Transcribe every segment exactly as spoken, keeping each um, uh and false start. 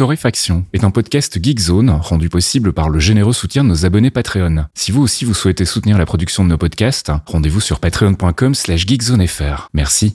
Torréfaction est un podcast Geekzone rendu possible par le généreux soutien de nos abonnés Patreon. Si vous aussi vous souhaitez soutenir la production de nos podcasts, rendez-vous sur patreon.com slash geekzonefr. Merci.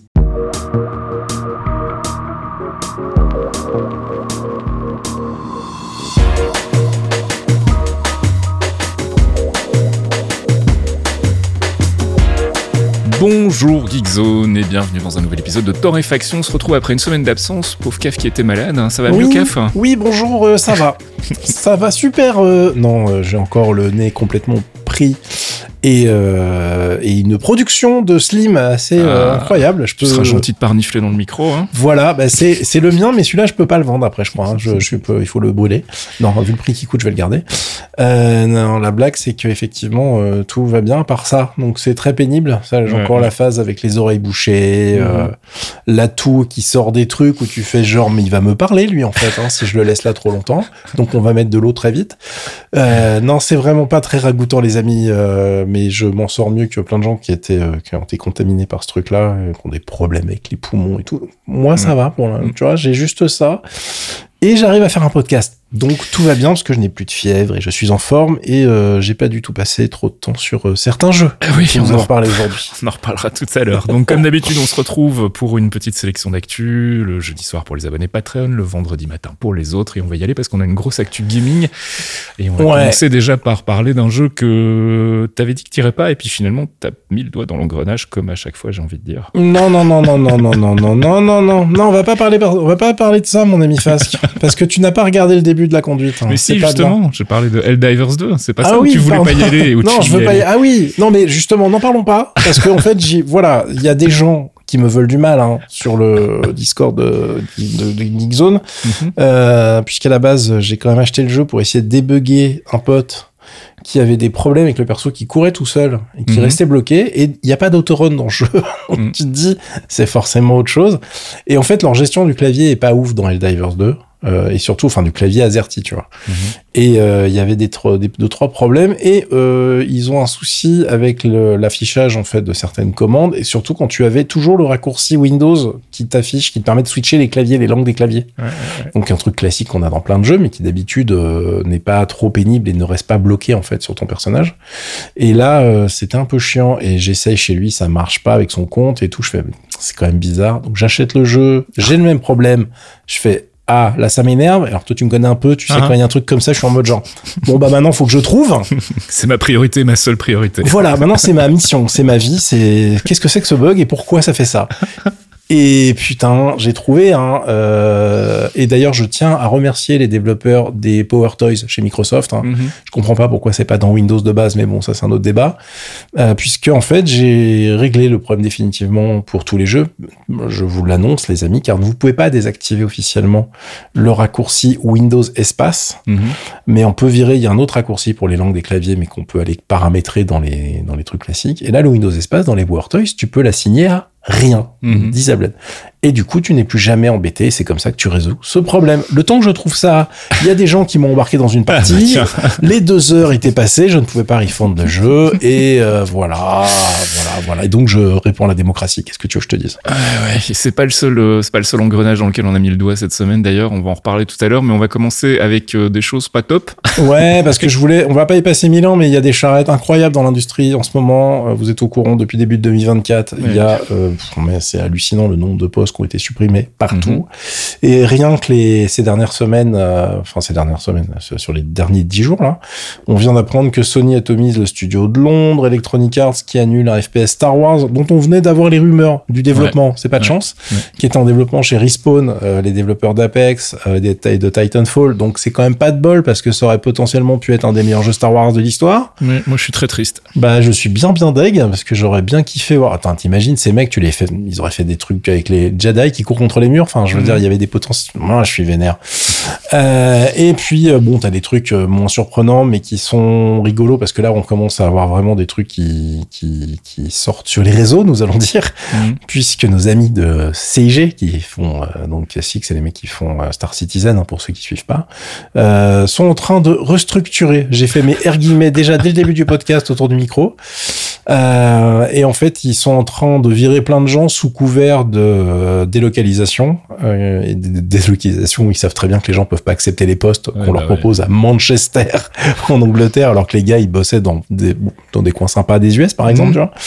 Bonjour Geekzone et bienvenue dans un nouvel épisode de Torréfaction. On se retrouve après une semaine d'absence. Pauvre Caf qui était malade, hein. Ça va oui, mieux Caf? Oui, bonjour, euh, ça va. Ça va super. Euh... Non, euh, j'ai encore le nez complètement pris. Et, euh, et une production de Slim assez euh, ah, incroyable. Je peux... Tu seras gentil de pas renifler dans le micro. Hein. Voilà, bah c'est, c'est le mien, mais celui-là, je peux pas le vendre après, je crois. Hein. Je, je peux, il faut le brûler. Non, vu le prix qui coûte, je vais le garder. Euh, non, la blague, c'est qu'effectivement, euh, tout va bien par ça. Donc, c'est très pénible. Ça, j'ai ouais, encore ouais. la phase avec les oreilles bouchées, mmh. euh, l'atout qui sort des trucs où tu fais genre, mais il va me parler, lui, en fait, hein, si je le laisse là trop longtemps. Donc, on va mettre de l'eau très vite. Euh, non, c'est vraiment pas très ragoûtant, les amis. Euh, mais je m'en sors mieux que plein de gens qui étaient euh, qui ont été contaminés par ce truc-là, euh, qui ont des problèmes avec les poumons et tout. Moi, ça mmh. va. Pour la, tu vois, j'ai juste ça. Et j'arrive à faire un podcast. Donc, tout va bien parce que je n'ai plus de fièvre et je suis en forme et euh, j'ai pas du tout passé trop de temps sur euh, certains jeux. Ah oui, on, on en reparler aujourd'hui. On en reparlera tout à l'heure. Donc, comme d'habitude, on se retrouve pour une petite sélection d'actu, le jeudi soir pour les abonnés Patreon, le vendredi matin pour les autres. Et on va y aller parce qu'on a une grosse actu gaming. Et on va ouais. commencer déjà par parler d'un jeu que t'avais dit que t'irais pas et puis finalement, t'as mis le doigt dans l'engrenage comme à chaque fois, j'ai envie de dire. Non, non, non, non, non, non, non, non, non, non, non, non, on va pas parler, on va pas parler de ça, mon ami Fasque. Parce que tu n'as pas regardé le début de la conduite. Hein. Mais si, justement, j'ai parlé de Helldivers deux. C'est pas ah ça oui, où tu voulais pardon. pas y aller. Où non, tu je veux y pas y aller. Ah oui, non, mais justement, n'en parlons pas. Parce qu'en fait, j'ai, voilà, il y a des gens qui me veulent du mal hein, sur le Discord de, de, de Geekzone. Mm-hmm. Euh, puisqu'à la base, j'ai quand même acheté le jeu pour essayer de débugger un pote qui avait des problèmes avec le perso qui courait tout seul et qui mmh. restait bloqué, et il n'y a pas d'autorun dans le jeu. mmh. Tu te dis, c'est forcément autre chose. Et en fait, leur gestion du clavier est pas ouf dans Helldivers deux, euh, et surtout, enfin, du clavier AZERTY, tu vois. Mmh. Et il euh, y avait des, des, deux, trois problèmes, et euh, ils ont un souci avec le, l'affichage, en fait, de certaines commandes, et surtout quand tu avais toujours le raccourci Windows qui t'affiche, qui te permet de switcher les claviers, les langues des claviers. Ouais, ouais, ouais. Donc, un truc classique qu'on a dans plein de jeux, mais qui d'habitude euh, n'est pas trop pénible et ne reste pas bloqué, en fait, sur ton personnage. Et là, euh, c'était un peu chiant, et j'essaye chez lui, ça marche pas avec son compte et tout. Je fais, c'est quand même bizarre. Donc, j'achète le jeu, j'ai le même problème. Je fais, ah, là, ça m'énerve. Alors, toi, tu me connais un peu, tu sais, uh-huh. quand il y a un truc comme ça, je suis en mode genre, bon, bah, maintenant, faut que je trouve. C'est ma priorité, ma seule priorité. Voilà, maintenant, c'est ma mission, c'est ma vie, c'est, qu'est-ce que c'est que ce bug et pourquoi ça fait ça? Et putain, j'ai trouvé un... Euh, et d'ailleurs, je tiens à remercier les développeurs des Power Toys chez Microsoft. Hein. Mm-hmm. Je comprends pas pourquoi c'est pas dans Windows de base, mais bon, ça c'est un autre débat. Euh, puisque en fait, j'ai réglé le problème définitivement pour tous les jeux. Je vous l'annonce, les amis, car vous pouvez pas désactiver officiellement le raccourci Windows espace, mm-hmm. mais on peut virer. Il y a un autre raccourci pour les langues des claviers, mais qu'on peut aller paramétrer dans les dans les trucs classiques. Et là, le Windows espace dans les Power Toys, tu peux l'assigner à rien, mmh. disabled. Et du coup, tu n'es plus jamais embêté. C'est comme ça que tu résous ce problème. Le temps que je trouve ça, il y a des gens qui m'ont embarqué dans une partie. Les deux heures étaient passées, je ne pouvais pas refund le jeu. Et euh, voilà, voilà, voilà. Et donc, je réponds à la démocratie. Qu'est-ce que tu veux que je te dise? Ah ouais, c'est pas le seul, euh, c'est pas le seul engrenage dans lequel on a mis le doigt cette semaine. D'ailleurs, on va en reparler tout à l'heure, mais on va commencer avec euh, des choses pas top. Ouais, parce que je voulais, on va pas y passer mille ans, mais il y a des charrettes incroyables dans l'industrie en ce moment. Vous êtes au courant depuis début de deux mille vingt-quatre. Ouais. Il y a, euh, mais c'est hallucinant le nombre de postes qui ont été supprimés partout. Mm-hmm. Et rien que les, ces dernières semaines, euh, enfin ces dernières semaines, sur les derniers dix jours là, on vient d'apprendre que Sony atomise le studio de Londres, Electronic Arts qui annule un F P S Star Wars, dont on venait d'avoir les rumeurs du développement, ouais. c'est pas de ouais. chance, ouais. qui était en développement chez Respawn, euh, les développeurs d'Apex, euh, et de Titanfall. Donc c'est quand même pas de bol parce que ça aurait potentiellement pu être un des meilleurs jeux Star Wars de l'histoire. Mais moi je suis très triste. Bah je suis bien bien deg parce que j'aurais bien kiffé voir. Attends, t'imagines ces mecs, tu les fais, ils auraient fait des trucs avec les Jedi qui courent contre les murs. Enfin, je veux mmh. dire, il y avait des potentiels. Moi, je suis vénère. Euh, et puis, euh, bon, t'as des trucs euh, moins surprenants, mais qui sont rigolos parce que là, on commence à avoir vraiment des trucs qui qui, qui sortent sur les réseaux, nous allons dire, mmh. puisque nos amis de C I G qui font euh, donc classique, c'est les mecs qui font euh, Star Citizen hein, pour ceux qui suivent pas, euh, sont en train de restructurer. J'ai fait mes R guillemets déjà dès le début du podcast autour du micro. Euh, et en fait, ils sont en train de virer plein de gens sous couvert de euh, délocalisation. Euh, et des délocalisations où ils savent très bien que les gens peuvent pas accepter les postes ouais, qu'on bah leur propose ouais. à Manchester, en Angleterre, alors que les gars, ils bossaient dans des, dans des coins sympas des U S, par exemple, mmh. tu vois.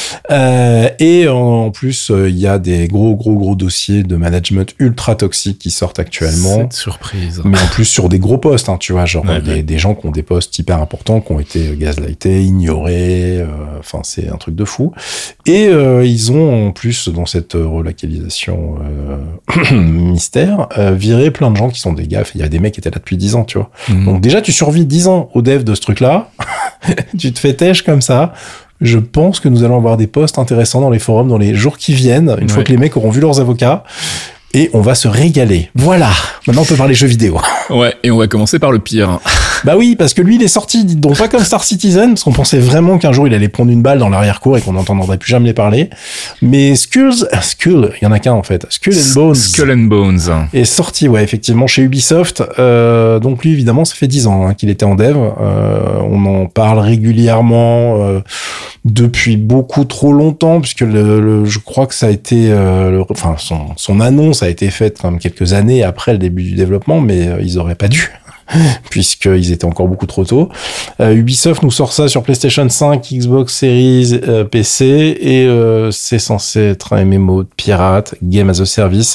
Euh, et en plus, il euh, y a des gros, gros, gros dossiers de management ultra toxiques qui sortent actuellement. Cette surprise. Mais en plus sur des gros postes, hein, tu vois, genre ouais, des, ouais. des gens qui ont des postes hyper importants, qui ont été gaslightés, ignorés. Enfin, euh, c'est un truc de fou. Et euh, ils ont en plus dans cette relocalisation euh, mystère euh, viré plein de gens qui sont des gaffes. Il y a des mecs qui étaient là depuis dix ans, tu vois. Mmh. Donc déjà, tu survis dix ans au dev de ce truc-là. Tu te fais têche comme ça. Je pense que nous allons avoir des posts intéressants dans les forums dans les jours qui viennent, une ouais. fois que les mecs auront vu leurs avocats. Et on va se régaler. Voilà. Maintenant, on peut parler jeux vidéo. Ouais, et on va commencer par le pire. Bah oui, parce que lui, il est sorti, dites donc pas comme Star Citizen, parce qu'on pensait vraiment qu'un jour, il allait prendre une balle dans l'arrière-cour et qu'on n'entendrait plus jamais les parler. Mais Skulls, Skull, il y en a qu'un en fait. Skull and Bones. Skull and Bones. Est sorti, ouais, effectivement, chez Ubisoft. Euh, donc lui, évidemment, ça fait dix ans hein, qu'il était en dev. Euh, on en parle régulièrement euh, depuis beaucoup trop longtemps, puisque le, le, je crois que ça a été, euh, le, enfin, son, son annonce a été faite quand même quelques années après le début du développement, mais euh, ils auraient pas dû, puisqu'ils étaient encore beaucoup trop tôt. Euh, Ubisoft nous sort ça sur PlayStation cinq, Xbox Series, euh, P C, et euh, c'est censé être un M M O de pirate, Game as a Service.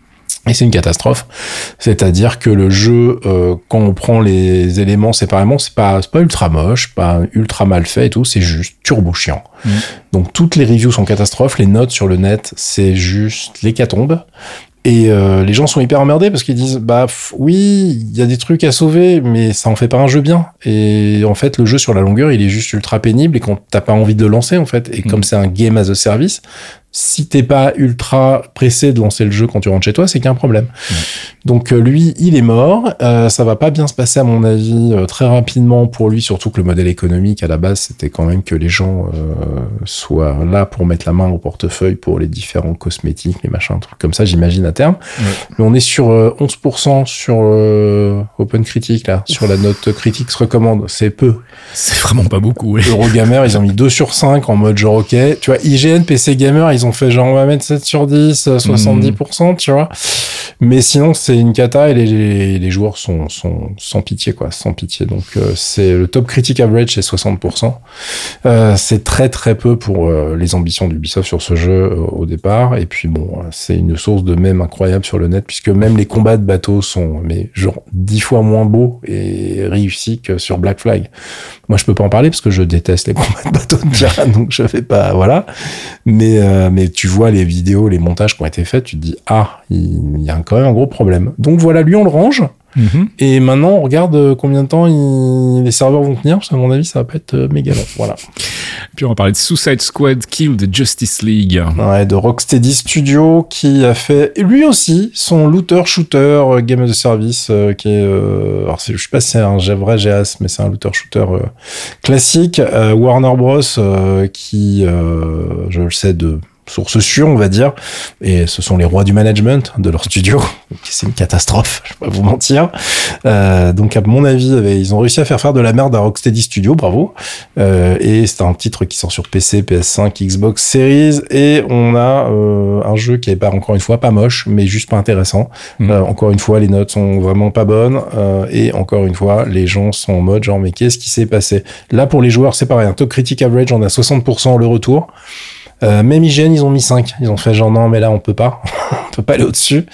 Et c'est une catastrophe. C'est-à-dire que le jeu, euh, quand on prend les éléments séparément, c'est pas, c'est pas ultra moche, pas ultra mal fait et tout, c'est juste turbo chiant. Mmh. Donc toutes les reviews sont catastrophes, les notes sur le net, c'est juste l'hécatombe. Et euh, les gens sont hyper emmerdés parce qu'ils disent bah pff, oui, il y a des trucs à sauver, mais ça en fait pas un jeu bien. Et en fait, le jeu sur la longueur, il est juste ultra pénible et quand t'as pas envie de le lancer en fait. Et mmh. comme c'est un game as a service, si t'es pas ultra pressé de lancer le jeu quand tu rentres chez toi, c'est qu'il y a un problème. Mmh. Donc euh, lui, il est mort. Euh, ça va pas bien se passer à mon avis euh, très rapidement pour lui, surtout que le modèle économique à la base, c'était quand même que les gens euh, soient là pour mettre la main au portefeuille pour les différents cosmétiques, les machins, trucs comme ça, j'imagine à terme. Mmh. Mais on est sur euh, onze pour cent sur euh, Open Critic là, sur la note Critics recommande. C'est peu. C'est vraiment pas beaucoup. Oui. Eurogamer, ils ont mis deux sur cinq en mode genre ok. Tu vois, I G N, P C Gamer, ils ont fait genre on va mettre sept sur dix, soixante-dix pour cent, mmh. tu vois. Mais sinon, c'est une cata et les, les, les joueurs sont, sont sans pitié, quoi, sans pitié. Donc, euh, c'est le top critic average, c'est soixante pour cent. Euh, c'est très, très peu pour euh, les ambitions d'Ubisoft sur ce jeu euh, au départ. Et puis, bon, c'est une source de mèmes incroyable sur le net, puisque même les combats de bateaux sont, mais genre, dix fois moins beaux et réussis que sur Black Flag. Moi, je peux pas en parler parce que je déteste les combats de bateaux de pirate, donc je fais pas, voilà. Mais, euh, mais tu vois les vidéos, les montages qui ont été faits, tu te dis, ah, il y a quand même un gros problème. Donc voilà, lui, on le range. Mm-hmm. Et maintenant, on regarde combien de temps il... les serveurs vont tenir, parce qu'à mon avis, ça va pas être méga long. Voilà. Puis on va parler de Suicide Squad Kill the Justice League. Ouais, de Rocksteady Studio, qui a fait, lui aussi, son looter-shooter euh, Game as a Service, euh, qui est... Euh... Alors, je sais pas si c'est un vrai G A S, mais c'est un looter-shooter euh, classique. Euh, Warner Bros, euh, qui, euh, je le sais, de... source sûre, on va dire, et ce sont les rois du management de leur studio. C'est une catastrophe, je vais pas vous mentir. Euh, donc à mon avis, ils ont réussi à faire faire de la merde à Rocksteady Studio, bravo. Euh, et c'est un titre qui sort sur P C, P S cinq, Xbox Series, et on a euh, un jeu qui est pas encore une fois pas moche, mais juste pas intéressant. Mmh. Euh, encore une fois, les notes sont vraiment pas bonnes, euh, et encore une fois, les gens sont en mode genre mais qu'est-ce qui s'est passé? Là pour les joueurs, c'est pareil. Un top critic average, on a soixante pour cent le retour. Euh, même I G N, ils ont mis cinq. Ils ont fait genre non, mais là, on peut pas. on peut pas aller au-dessus.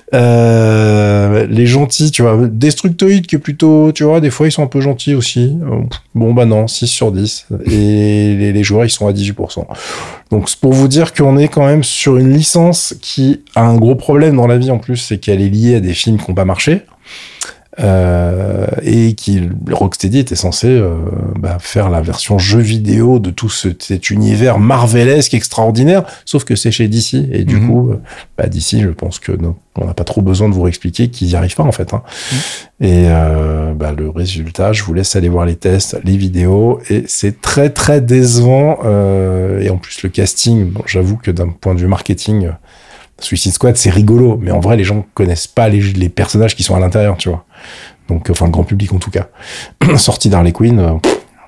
Euh, les gentils, tu vois. Destructoid, qui est plutôt, tu vois, des fois, ils sont un peu gentils aussi. Bon, bah non, six sur dix. Et les, les joueurs, ils sont à dix-huit pour cent. Donc, c'est pour vous dire qu'on est quand même sur une licence qui a un gros problème dans la vie, en plus, c'est qu'elle est liée à des films qui n'ont pas marché. Euh, et qui Rocksteady était censé euh, bah, faire la version jeu vidéo de tout ce, cet univers marvelesque extraordinaire, sauf que c'est chez D C et du mm-hmm. coup bah, D C, je pense que non, on n'a pas trop besoin de vous réexpliquer qu'ils n'y arrivent pas en fait hein. mm. Et euh, bah, le résultat, je vous laisse aller voir les tests, les vidéos, et c'est très très décevant euh, et en plus le casting, bon, j'avoue que d'un point de vue marketing, Suicide Squad, c'est rigolo, mais en vrai, les gens connaissent pas les, les personnages qui sont à l'intérieur, tu vois. Donc, enfin, le grand public, en tout cas. Sorti d'Harley Quinn, euh,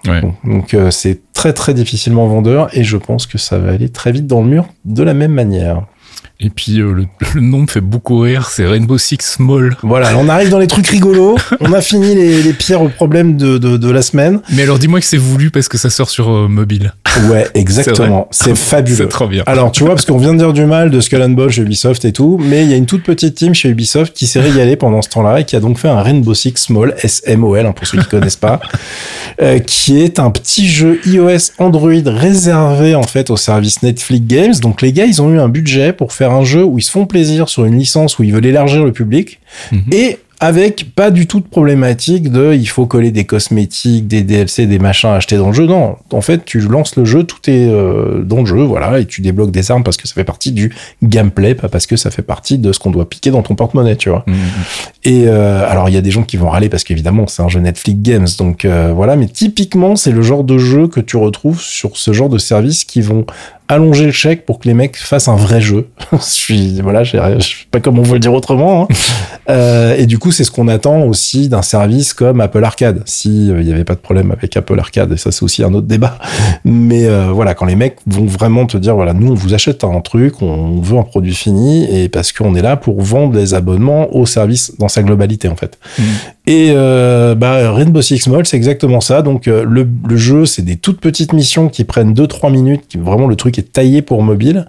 Ouais. Donc, donc euh, c'est très très difficilement vendeur et je pense que ça va aller très vite dans le mur de la même manière. Et puis euh, le, le nom me fait beaucoup rire, c'est Rainbow Six Small. Voilà, on arrive dans les trucs rigolos. On a fini les, les pires problèmes de, de, de la semaine. Mais alors dis-moi que c'est voulu parce que ça sort sur euh, mobile. Ouais, exactement. C'est, c'est fabuleux. C'est trop bien. Alors, tu vois, parce qu'on vient de dire du mal de Skull and Bones chez Ubisoft et tout, mais il y a une toute petite team chez Ubisoft qui s'est régalée pendant ce temps-là et qui a donc fait un Rainbow Six Small, S M O L, hein, pour ceux qui connaissent pas, euh, qui est un petit jeu iOS Android réservé, en fait, au service Netflix Games. Donc, les gars, ils ont eu un budget pour faire un jeu où ils se font plaisir sur une licence où ils veulent élargir le public mm-hmm. et avec pas du tout de problématique de il faut coller des cosmétiques, des D L C, des machins achetés dans le jeu. Non, en fait, tu lances le jeu, tout est euh, dans le jeu, voilà, et tu débloques des armes parce que ça fait partie du gameplay, pas parce que ça fait partie de ce qu'on doit piquer dans ton porte-monnaie, tu vois. Mmh. Et euh, alors, il y a des gens qui vont râler parce qu'évidemment, c'est un jeu Netflix Games, donc euh, voilà, mais typiquement, c'est le genre de jeu que tu retrouves sur ce genre de services qui vont allonger le chèque pour que les mecs fassent un vrai jeu. je suis, voilà, je sais pas comment on veut le dire autrement. Hein. euh, et du coup, c'est ce qu'on attend aussi d'un service comme Apple Arcade. Si il euh, y avait pas de problème avec Apple Arcade, et ça c'est aussi un autre débat. Mais euh, voilà, quand les mecs vont vraiment te dire, voilà, nous on vous achète un truc, on veut un produit fini, et parce qu'on est là pour vendre les abonnements au service dans sa globalité en fait. Mmh. Et euh, bah, Rainbow Six Small, c'est exactement ça. Donc euh, le, le jeu, c'est des toutes petites missions qui prennent deux trois minutes, qui vraiment le truc est taillé pour mobile.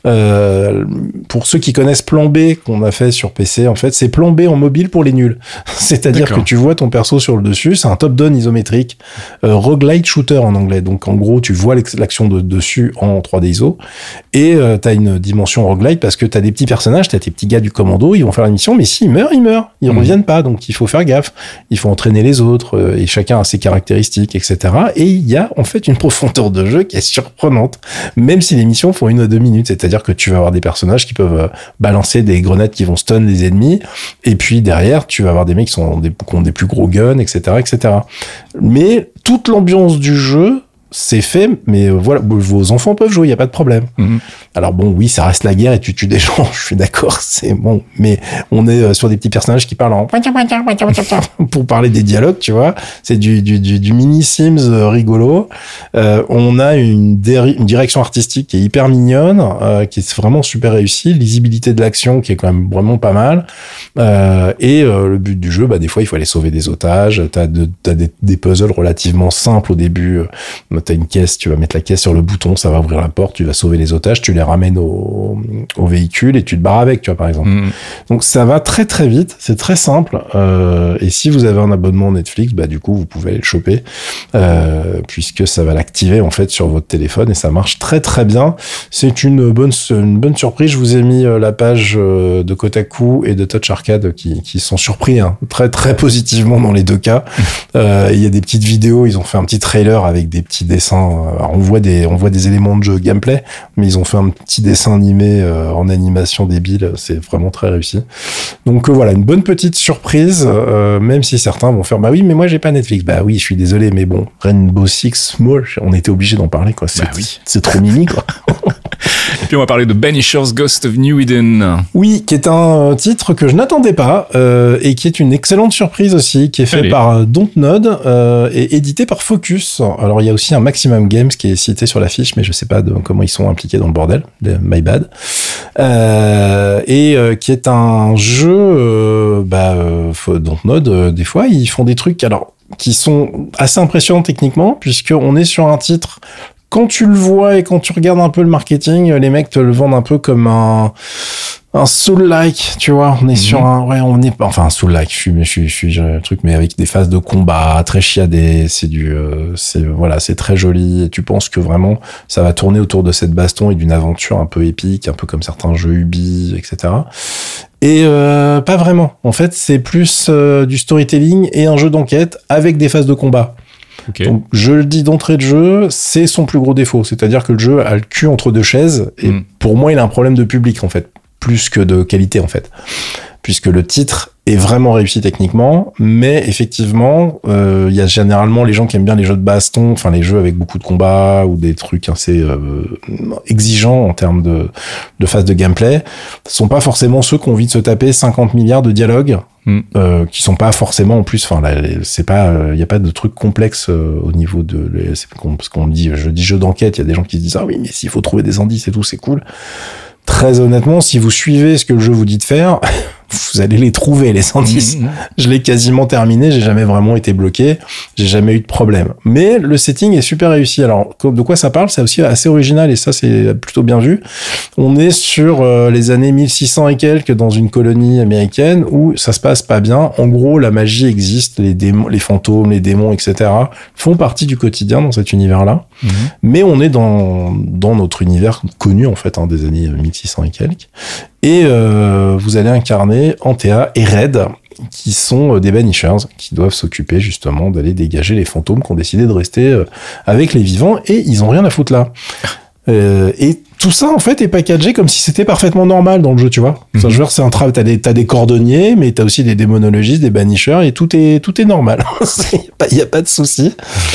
Euh, pour ceux qui connaissent Plan B qu'on a fait sur P C, en fait, c'est Plan B en mobile pour les nuls. C'est-à-dire D'accord. que tu vois ton perso sur le dessus, c'est un top-down isométrique, euh, roguelite shooter en anglais. Donc en gros, tu vois l'action de dessus en trois D I S O et euh, t'as une dimension roguelite parce que t'as des petits personnages, t'as tes petits gars du commando, ils vont faire la mission, mais s'ils meurent, ils meurent, ils mmh. reviennent pas. Donc il faut faire gaffe. Il faut entraîner les autres euh, et chacun a ses caractéristiques, et cetera. Et il y a en fait une profondeur de jeu qui est surprenante, même si les missions font une ou deux minutes. C'est-à-dire que tu vas avoir des personnages qui peuvent euh, balancer des grenades qui vont stun les ennemis, et puis derrière tu vas avoir des mecs qui, sont des, qui ont des plus gros guns, et cetera, et cetera. Mais toute l'ambiance du jeu, c'est fait, mais voilà, vos enfants peuvent jouer, il y a pas de problème. Mmh. Alors bon, oui, ça reste la guerre et tu tues des gens, je suis d'accord, c'est bon, mais on est sur des petits personnages qui parlent en pour parler des dialogues, tu vois. C'est du du du, du mini Sims rigolo. Euh, on a une, déri- une direction artistique qui est hyper mignonne, euh, qui est vraiment super réussie, lisibilité de l'action qui est quand même vraiment pas mal. Euh, et euh, le but du jeu, bah des fois il faut aller sauver des otages. T'as de, t'as des, des puzzles relativement simples au début. Euh, T'as une caisse, tu vas mettre la caisse sur le bouton, ça va ouvrir la porte, tu vas sauver les otages, tu les ramènes au, au véhicule et tu te barres avec, tu vois, par exemple. Mmh. Donc ça va très très vite, c'est très simple. Euh, et si vous avez un abonnement Netflix, bah du coup vous pouvez aller le choper, euh, puisque ça va l'activer en fait sur votre téléphone et ça marche très très bien. C'est une bonne une bonne surprise. Je vous ai mis la page de Kotaku et de Touch Arcade qui qui sont surpris hein, très très positivement dans les deux cas. Euh, il y a des petites vidéos, ils ont fait un petit trailer avec des petits dessins. Alors on voit des on voit des éléments de jeu gameplay, mais ils ont fait un petit dessin animé euh, en animation débile. C'est vraiment très réussi. Donc euh, voilà, une bonne petite surprise, euh, même si certains vont faire bah oui, mais moi j'ai pas Netflix. Bah oui, je suis désolé, mais bon, Rainbow Six Small, on était obligé d'en parler quoi. C'est, bah oui. c'est trop mimi quoi. Et puis on va parler de Banisher's Ghost of New Eden. Oui, qui est un titre que je n'attendais pas euh, et qui est une excellente surprise aussi, qui est fait Allez. par Dontnod euh, et édité par Focus. Alors il y a aussi un Maximum Games qui est cité sur la fiche, mais je sais pas de, comment ils sont impliqués dans le bordel. My bad. Euh, et euh, qui est un jeu, euh, bah, euh, Dontnod, euh, des fois ils font des trucs alors qui sont assez impressionnants techniquement, puisqu'on est sur un titre. Quand tu le vois et quand tu regardes un peu le marketing, les mecs te le vendent un peu comme un un Soul-like, tu vois. On est mmh. sur un, ouais, on est, enfin un Soul-like. Je suis, je suis, je suis, un truc, mais avec des phases de combat très chiadées. C'est du, euh, c'est voilà, c'est très joli. Et tu penses que vraiment ça va tourner autour de cette baston et d'une aventure un peu épique, un peu comme certains jeux Ubi, et cetera. Et euh, pas vraiment. En fait, c'est plus euh, du storytelling et un jeu d'enquête avec des phases de combat. Okay. Donc, je le dis d'entrée de jeu, c'est son plus gros défaut. C'est-à-dire que le jeu a le cul entre deux chaises et mm. pour moi, il a un problème de public, en fait. plus que de qualité en fait, puisque le titre est vraiment réussi techniquement, mais effectivement, il euh, y a généralement les gens qui aiment bien les jeux de baston, enfin les jeux avec beaucoup de combats ou des trucs assez euh, exigeants en termes de, de phase de gameplay, sont pas forcément ceux qui ont envie de se taper cinquante milliards de dialogues, mm. euh, qui sont pas forcément en plus, enfin c'est pas, il euh, y a pas de trucs complexes euh, au niveau de, les, c'est, parce qu'on dit, je dis jeu d'enquête, il y a des gens qui se disent ah oui mais s'il faut trouver des indices et tout, c'est cool. Très honnêtement, si vous suivez ce que le jeu vous dit de faire, vous allez les trouver, les indices. Mmh. Je l'ai quasiment terminé, j'ai jamais vraiment été bloqué, j'ai jamais eu de problème. Mais le setting est super réussi. Alors, de quoi ça parle? C'est aussi assez original et ça, c'est plutôt bien vu. On est sur euh, les années mille six cents et quelques dans une colonie américaine où ça se passe pas bien. En gros, la magie existe, les démons, les fantômes, les démons, et cetera font partie du quotidien dans cet univers-là. Mmh. Mais on est dans, dans notre univers connu, en fait, hein, des années mille six cents et quelques. Et euh, vous allez incarner Antea et Red, qui sont des Banishers, qui doivent s'occuper justement d'aller dégager les fantômes qui ont décidé de rester avec les vivants, et ils ont rien à foutre là. Euh, et tout ça, en fait, est packagé comme si c'était parfaitement normal dans le jeu, tu vois. Mm-hmm. Enfin, je veux dire, c'est un travail, t'as des, t'as des cordonniers, mais t'as aussi des démonologistes, des banishers, et tout est, tout est normal. Il y a pas de souci.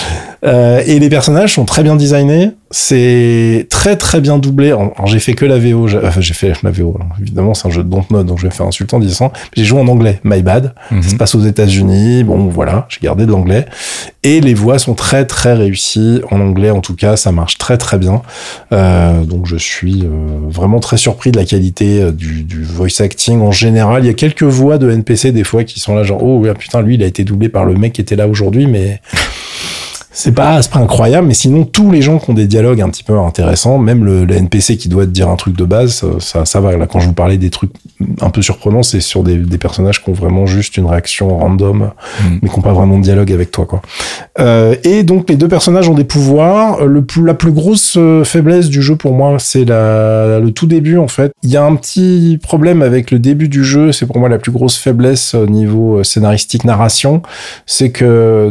Euh, et les personnages sont très bien designés. C'est très, très bien doublé. Alors, j'ai fait que la V O. J'ai, enfin, j'ai fait la V O. Alors, évidemment, c'est un jeu de Dontnod, donc je vais me faire insulter en disant, j'ai joué en anglais. My bad. Mm-hmm. Ça se passe aux États-Unis. Bon, voilà. J'ai gardé de l'anglais. Et les voix sont très, très réussies. En anglais, en tout cas, ça marche très, très bien. Euh, donc, je suis euh, vraiment très surpris de la qualité euh, du, du voice acting en général. Il y a quelques voix de N P C, des fois, qui sont là, genre, oh, ouais, putain, lui, il a été doublé par le mec qui était là aujourd'hui, mais c'est pas, c'est pas incroyable, mais sinon, tous les gens qui ont des dialogues un petit peu intéressants, même le, le N P C qui doit te dire un truc de base, ça, ça va. Là, quand je vous parlais des trucs un peu surprenants, c'est sur des, des personnages qui ont vraiment juste une réaction random, mmh. mais qui n'ont pas vraiment de dialogue avec toi, quoi. Euh, et donc, les deux personnages ont des pouvoirs. Le plus, la plus grosse faiblesse du jeu pour moi, c'est la, le tout début, en fait. Il y a un petit problème avec le début du jeu. C'est pour moi la plus grosse faiblesse au niveau scénaristique, narration. C'est que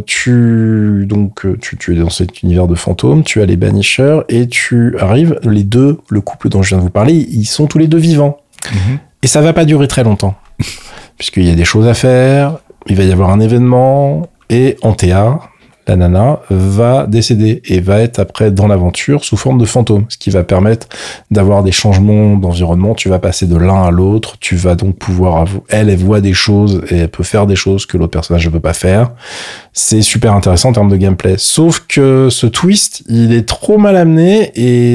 tu, donc, Tu, tu es dans cet univers de fantômes, tu as les Banishers et tu arrives, les deux, le couple dont je viens de vous parler, ils sont tous les deux vivants. Mmh. Et ça va pas durer très longtemps. Puisqu'il y a des choses à faire, il va y avoir un événement, et Antea, la nana, va décéder et va être après dans l'aventure sous forme de fantôme, ce qui va permettre d'avoir des changements d'environnement. Tu vas passer de l'un à l'autre, tu vas donc pouvoir, elle, elle voit des choses et elle peut faire des choses que l'autre personnage ne peut pas faire. C'est super intéressant en termes de gameplay. Sauf que ce twist, il est trop mal amené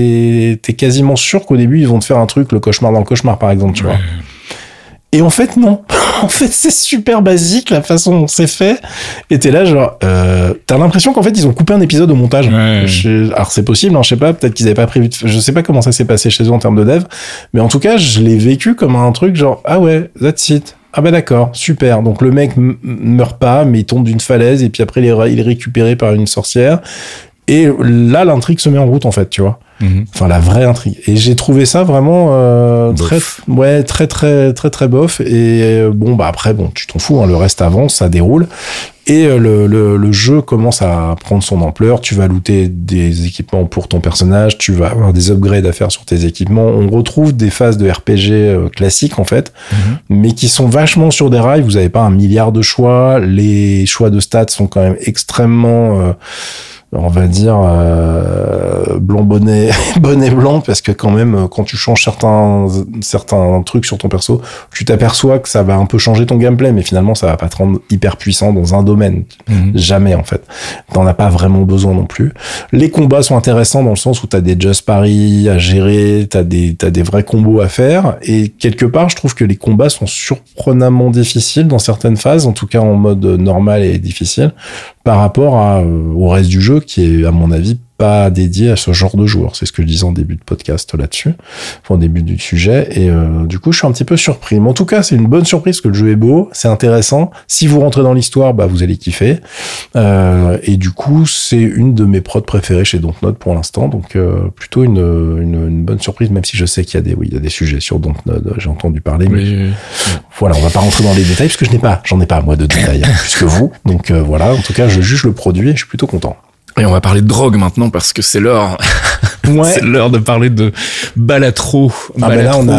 et t'es quasiment sûr qu'au début, ils vont te faire un truc, le cauchemar dans le cauchemar, par exemple, tu ouais. vois. Et en fait, non. En fait, c'est super basique, la façon dont c'est fait. Et t'es là, genre, euh, t'as l'impression qu'en fait, ils ont coupé un épisode au montage. Ouais. Je, alors, c'est possible, hein, je sais pas, peut-être qu'ils avaient pas prévu de, je sais pas comment ça s'est passé chez eux en termes de dev. Mais en tout cas, je l'ai vécu comme un truc genre, ah ouais, that's it. Ah bah d'accord, super. Donc le mec m- meurt pas, mais il tombe d'une falaise et puis après, il est, il est récupéré par une sorcière. Et là, l'intrigue se met en route, en fait, tu vois. Mmh. Enfin, la vraie intrigue. Et j'ai trouvé ça vraiment euh, très, ouais, très, très, très, très bof. Et euh, bon, bah après, bon, tu t'en fous, hein, le reste avance, ça déroule. Et euh, le, le, le jeu commence à prendre son ampleur. Tu vas looter des équipements pour ton personnage, tu vas avoir des upgrades à faire sur tes équipements. On retrouve des phases de R P G euh, classiques, en fait, mmh. mais qui sont vachement sur des rails. Vous n'avez pas un milliard de choix. Les choix de stats sont quand même extrêmement... Euh, on va dire euh, blanc bonnet bonnet blanc, parce que quand même quand tu changes certains certains trucs sur ton perso, tu t'aperçois que ça va un peu changer ton gameplay, mais finalement ça va pas te rendre hyper puissant dans un domaine. Mmh. Jamais, en fait, t'en as pas vraiment besoin non plus. Les combats sont intéressants dans le sens où t'as des just parry à gérer, t'as des t'as des vrais combos à faire, et quelque part je trouve que les combats sont surprenamment difficiles dans certaines phases, en tout cas en mode normal et difficile, par rapport à, euh, au reste du jeu, qui est, à mon avis, pas dédié à ce genre de joueur. C'est ce que je disais en début de podcast là-dessus, enfin, au début du sujet, et euh, du coup, je suis un petit peu surpris. Mais en tout cas, c'est une bonne surprise, parce que le jeu est beau, c'est intéressant. Si vous rentrez dans l'histoire, bah, vous allez kiffer. Euh, et du coup, c'est une de mes prods préférées chez Dontnod pour l'instant, donc euh, plutôt une, une, une bonne surprise, même si je sais qu'il y a des, oui, il y a des sujets sur Dontnod, j'ai entendu parler, mais oui, oui. Voilà, on va pas rentrer dans les détails, parce que je n'ai pas, j'en ai pas, moi, de détails, hein, plus que vous. Donc euh, voilà, en tout cas, je juge le produit et je suis plutôt content. Et on va parler de drogue maintenant, parce que c'est l'heure. Ouais. C'est l'heure de parler de Balatro. Ah Balatro. Ben là, on a,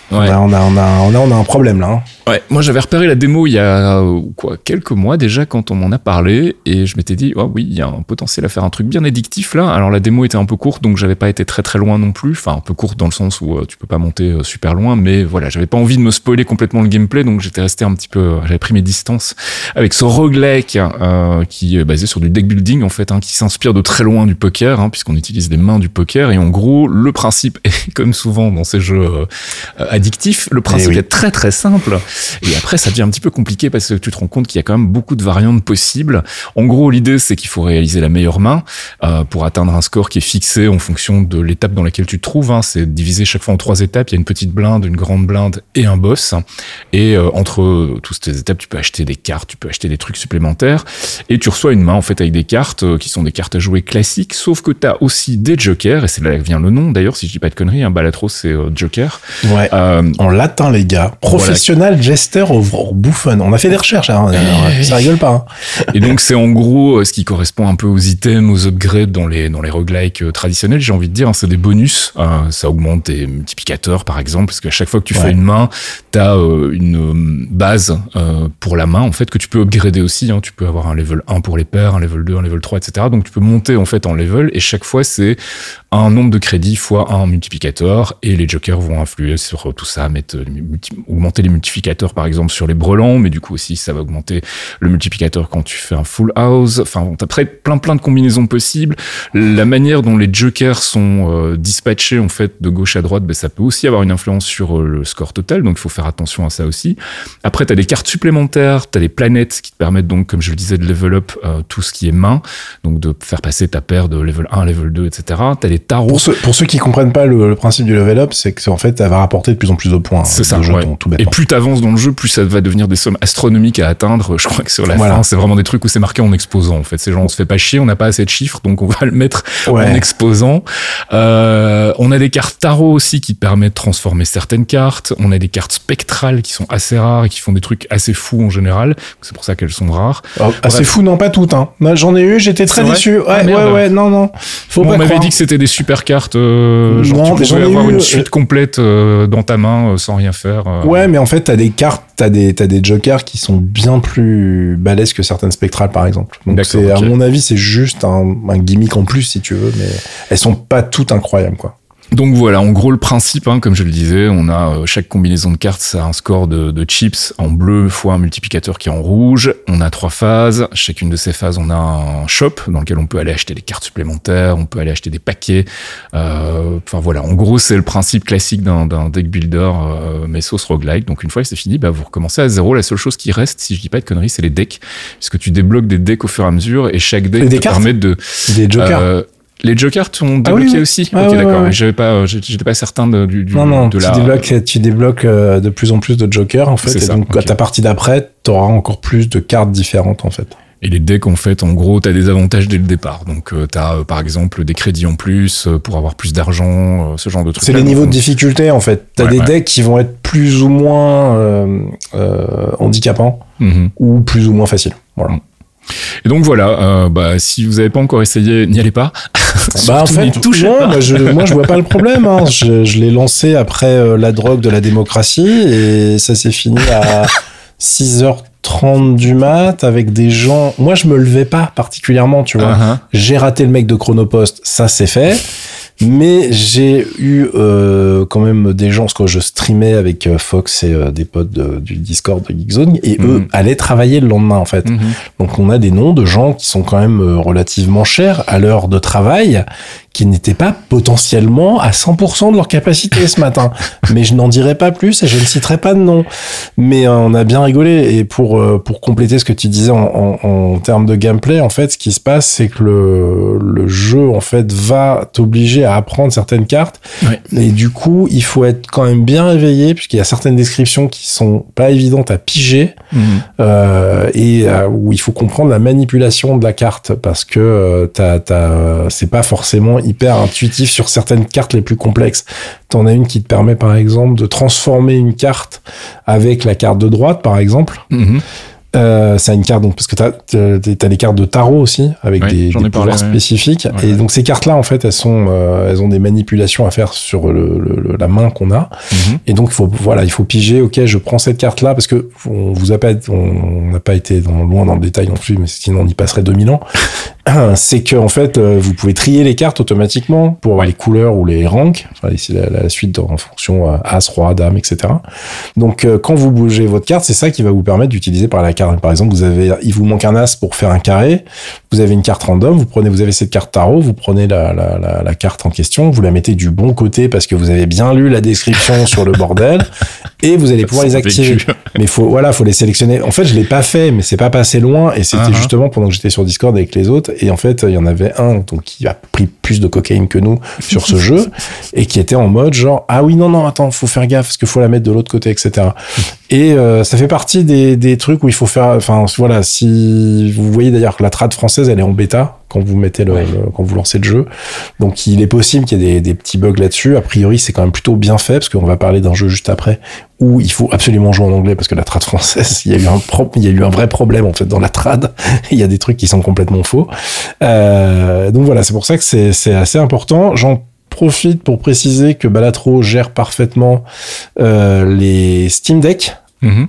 Ouais. On, a, on, a, on, a, on a un problème là. Hein. Ouais, moi j'avais repéré la démo il y a quoi, quelques mois déjà quand on m'en a parlé et je m'étais dit oh oui il y a un potentiel à faire un truc bien addictif là. Alors la démo était un peu courte donc j'avais pas été très très loin non plus, enfin un peu courte dans le sens où euh, tu peux pas monter euh, super loin, mais voilà j'avais pas envie de me spoiler complètement le gameplay donc j'étais resté un petit peu, euh, j'avais pris mes distances avec ce roguelike euh, qui est basé sur du deck building en fait, hein, qui s'inspire de très loin du poker hein, puisqu'on utilise les mains du poker et en gros le principe est comme souvent dans ces jeux euh, addictifs, le principe oui. est très très simple. Et après, ça devient un petit peu compliqué parce que tu te rends compte qu'il y a quand même beaucoup de variantes possibles. En gros, l'idée, c'est qu'il faut réaliser la meilleure main euh, pour atteindre un score qui est fixé en fonction de l'étape dans laquelle tu te trouves. Hein. C'est divisé chaque fois en trois étapes. Il y a une petite blinde, une grande blinde et un boss. Et euh, entre toutes ces étapes, tu peux acheter des cartes, tu peux acheter des trucs supplémentaires. Et tu reçois une main en fait avec des cartes euh, qui sont des cartes à jouer classiques. Sauf que tu as aussi des jokers. Et c'est là que vient le nom. D'ailleurs, si je dis pas de conneries, hein, Balatro, c'est euh, Joker. Ouais. Euh, en latin, les gars. Professionnel voilà. Jester au bouffon. On a fait des recherches, hein. euh, ça rigole pas. Hein. Et donc c'est en gros ce qui correspond un peu aux items, aux upgrades dans les dans les roguelikes traditionnels. J'ai envie de dire, hein, c'est des bonus. Euh, ça augmente tes multiplicateurs par exemple, parce qu'à chaque fois que tu ouais. fais une main, t'as euh, une base euh, pour la main en fait que tu peux upgrader aussi. Hein. Tu peux avoir un level un pour les paires, un level deux, un level trois, et cetera. Donc tu peux monter en fait en level et chaque fois c'est un nombre de crédits fois un multiplicateur et les jokers vont influer sur tout ça, mettre multi- augmenter les multiplicateurs par exemple sur les brelans, mais du coup aussi ça va augmenter le multiplicateur quand tu fais un full house. Enfin, t'as après plein plein de combinaisons possibles. La manière dont les jokers sont euh, dispatchés en fait de gauche à droite, ben, ça peut aussi avoir une influence sur euh, le score total, donc il faut faire attention à ça aussi. Après, t'as des cartes supplémentaires, t'as des planètes qui te permettent donc, comme je le disais, de level up euh, tout ce qui est main, donc de faire passer ta paire de level un, level deux, et cetera. T'as des tarots. Pour ceux, pour ceux qui comprennent pas le, le principe du level up, c'est que en fait, elle va rapporter de plus en plus de points. C'est hein, ça. De jetons, Ouais. tout et plus t'avances dans le jeu, plus ça va devenir des sommes astronomiques à atteindre. Je crois que sur la voilà. fin, c'est vraiment des trucs où c'est marqué en exposant. En fait, c'est genre on se fait pas chier, on n'a pas assez de chiffres, donc on va le mettre ouais. en exposant. Euh, on a des cartes tarot aussi qui te permettent de transformer certaines cartes. On a des cartes spectrales qui sont assez rares et qui font des trucs assez fous en général. C'est pour ça qu'elles sont rares. Oh, assez fou, non pas toutes. Hein. J'en ai eu, j'étais très déçu. Ouais, ah, ouais, ouais, non, non. Faut bon, pas on m'avait croire. dit que c'était des super cartes. Euh, genre non, tu pouvais avoir eu, une suite euh... complète euh, dans ta main euh, sans rien faire. Euh... Ouais, mais en fait, t'as des cartes, t'as des, t'as des jokers qui sont bien plus balèzes que certaines spectrales, par exemple. Donc, c'est, okay. à mon avis, c'est juste un, un gimmick en plus, si tu veux, mais elles sont pas toutes incroyables, quoi. Donc voilà, en gros le principe, hein, comme je le disais, on a euh, chaque combinaison de cartes, ça a un score de, de chips en bleu fois un multiplicateur qui est en rouge. On a trois phases. Chacune de ces phases, on a un shop dans lequel on peut aller acheter des cartes supplémentaires, on peut aller acheter des paquets. Euh, enfin voilà, en gros c'est le principe classique d'un, d'un deck builder euh, mais sauce roguelike. Donc une fois que c'est fini, bah vous recommencez à zéro. La seule chose qui reste, si je dis pas de conneries, c'est les decks, puisque tu débloques des decks au fur et à mesure et chaque deck et te permet de des jokers. Euh, Les jokers t'ont débloqué ah oui, oui. aussi. Ah ok, ouais, d'accord. Ouais, ouais. J'avais pas, j'étais pas certain de, du, du non, non, de tu la. Débloques, tu débloques euh, de plus en plus de jokers en fait. C'est et ça, donc okay. à ta partie d'après, t'auras encore plus de cartes différentes en fait. Et les decks, en fait, en gros, t'as des avantages dès le départ. Donc, euh, t'as, euh, par exemple, des crédits en plus euh, pour avoir plus d'argent, euh, ce genre de trucs. C'est les niveaux de difficulté, en fait. T'as ouais, des ouais. decks qui vont être plus ou moins euh, euh, handicapants mm-hmm. ou plus ou moins faciles. Voilà. Mm. Et donc voilà, euh, bah, si vous n'avez pas encore essayé, n'y allez pas. Bah en fait, non, moi, je, moi je vois pas le problème. Hein. Je, je l'ai lancé après euh, la drogue de la démocratie et ça s'est fini à six heures trente du mat avec des gens. Moi je me levais pas particulièrement, tu vois. Uh-huh. J'ai raté le mec de Chronopost, ça c'est fait. Mais j'ai eu euh, quand même des gens, parce que je streamais avec Fox et euh, des potes de, du Discord de Geekzone, et mmh. eux allaient travailler le lendemain en fait. Mmh. Donc on a des noms de gens qui sont quand même relativement chers à l'heure de travail, qui n'étaient pas potentiellement à cent pour cent de leur capacité ce matin. Mais je n'en dirai pas plus et je ne citerai pas de nom. Mais euh, on a bien rigolé. Et pour euh, pour compléter ce que tu disais en, en, en termes de gameplay, en fait, ce qui se passe, c'est que le le jeu en fait va t'obliger à apprendre certaines cartes. Ouais. Et du coup, il faut être quand même bien réveillé puisqu'il y a certaines descriptions qui sont pas évidentes à piger mmh. euh, et euh, où il faut comprendre la manipulation de la carte parce que euh, t'as t'as c'est pas forcément hyper intuitif sur certaines cartes les plus complexes. T'en as une qui te permet par exemple de transformer une carte avec la carte de droite par exemple. Mmh. Euh, ça a une carte, donc, parce que t'as, t'as, t'as des cartes de tarot aussi, avec ouais, des, des pouvoirs parlé, spécifiques. Ouais. Et donc, ces cartes-là, en fait, elles sont, euh, elles ont des manipulations à faire sur le, le, la main qu'on a. Mm-hmm. Et donc, il faut, voilà, il faut piger, ok, je prends cette carte-là, parce que on vous a pas, on n'a pas été dans, loin dans le détail non plus, mais sinon, on y passerait deux mille ans. C'est que, en fait, vous pouvez trier les cartes automatiquement pour avoir les couleurs ou les ranks. Enfin, ici, la, la suite en fonction euh, As, Roi, Dame, et cetera. Donc, euh, quand vous bougez votre carte, c'est ça qui va vous permettre d'utiliser par la carte. Par exemple, vous avez, il vous manque un As pour faire un carré. Vous avez une carte random. Vous prenez, vous avez cette carte tarot. Vous prenez la, la, la, la carte en question. Vous la mettez du bon côté parce que vous avez bien lu la description sur le bordel. Et vous allez pouvoir les activer. Vécu. Mais faut, voilà, faut les sélectionner. En fait, je l'ai pas fait, mais c'est pas passé loin. Et c'était uh-huh. justement pendant que j'étais sur Discord avec les autres. Et en fait, il y en avait un donc, qui a pris plus de cocaïne que nous sur ce jeu et qui était en mode genre, ah oui, non, non, attends, faut faire gaffe parce qu'il faut la mettre de l'autre côté, et cetera. Et euh, ça fait partie des, des trucs où il faut faire, enfin voilà, si vous voyez d'ailleurs que la trad française, elle est en bêta quand vous mettez le, ouais. le quand vous lancez le jeu. Donc il est possible qu'il y ait des, des petits bugs là-dessus. A priori, c'est quand même plutôt bien fait parce qu'on va parler d'un jeu juste après où il faut absolument jouer en anglais parce que la trad française, il y a eu un pro- il y a eu un vrai problème en fait dans la trad. Il y a des trucs qui sont complètement faux. Euh, donc voilà, c'est pour ça que c'est c'est assez important. J'en profite pour préciser que Balatro gère parfaitement euh, les Steam Deck. Mm-hmm.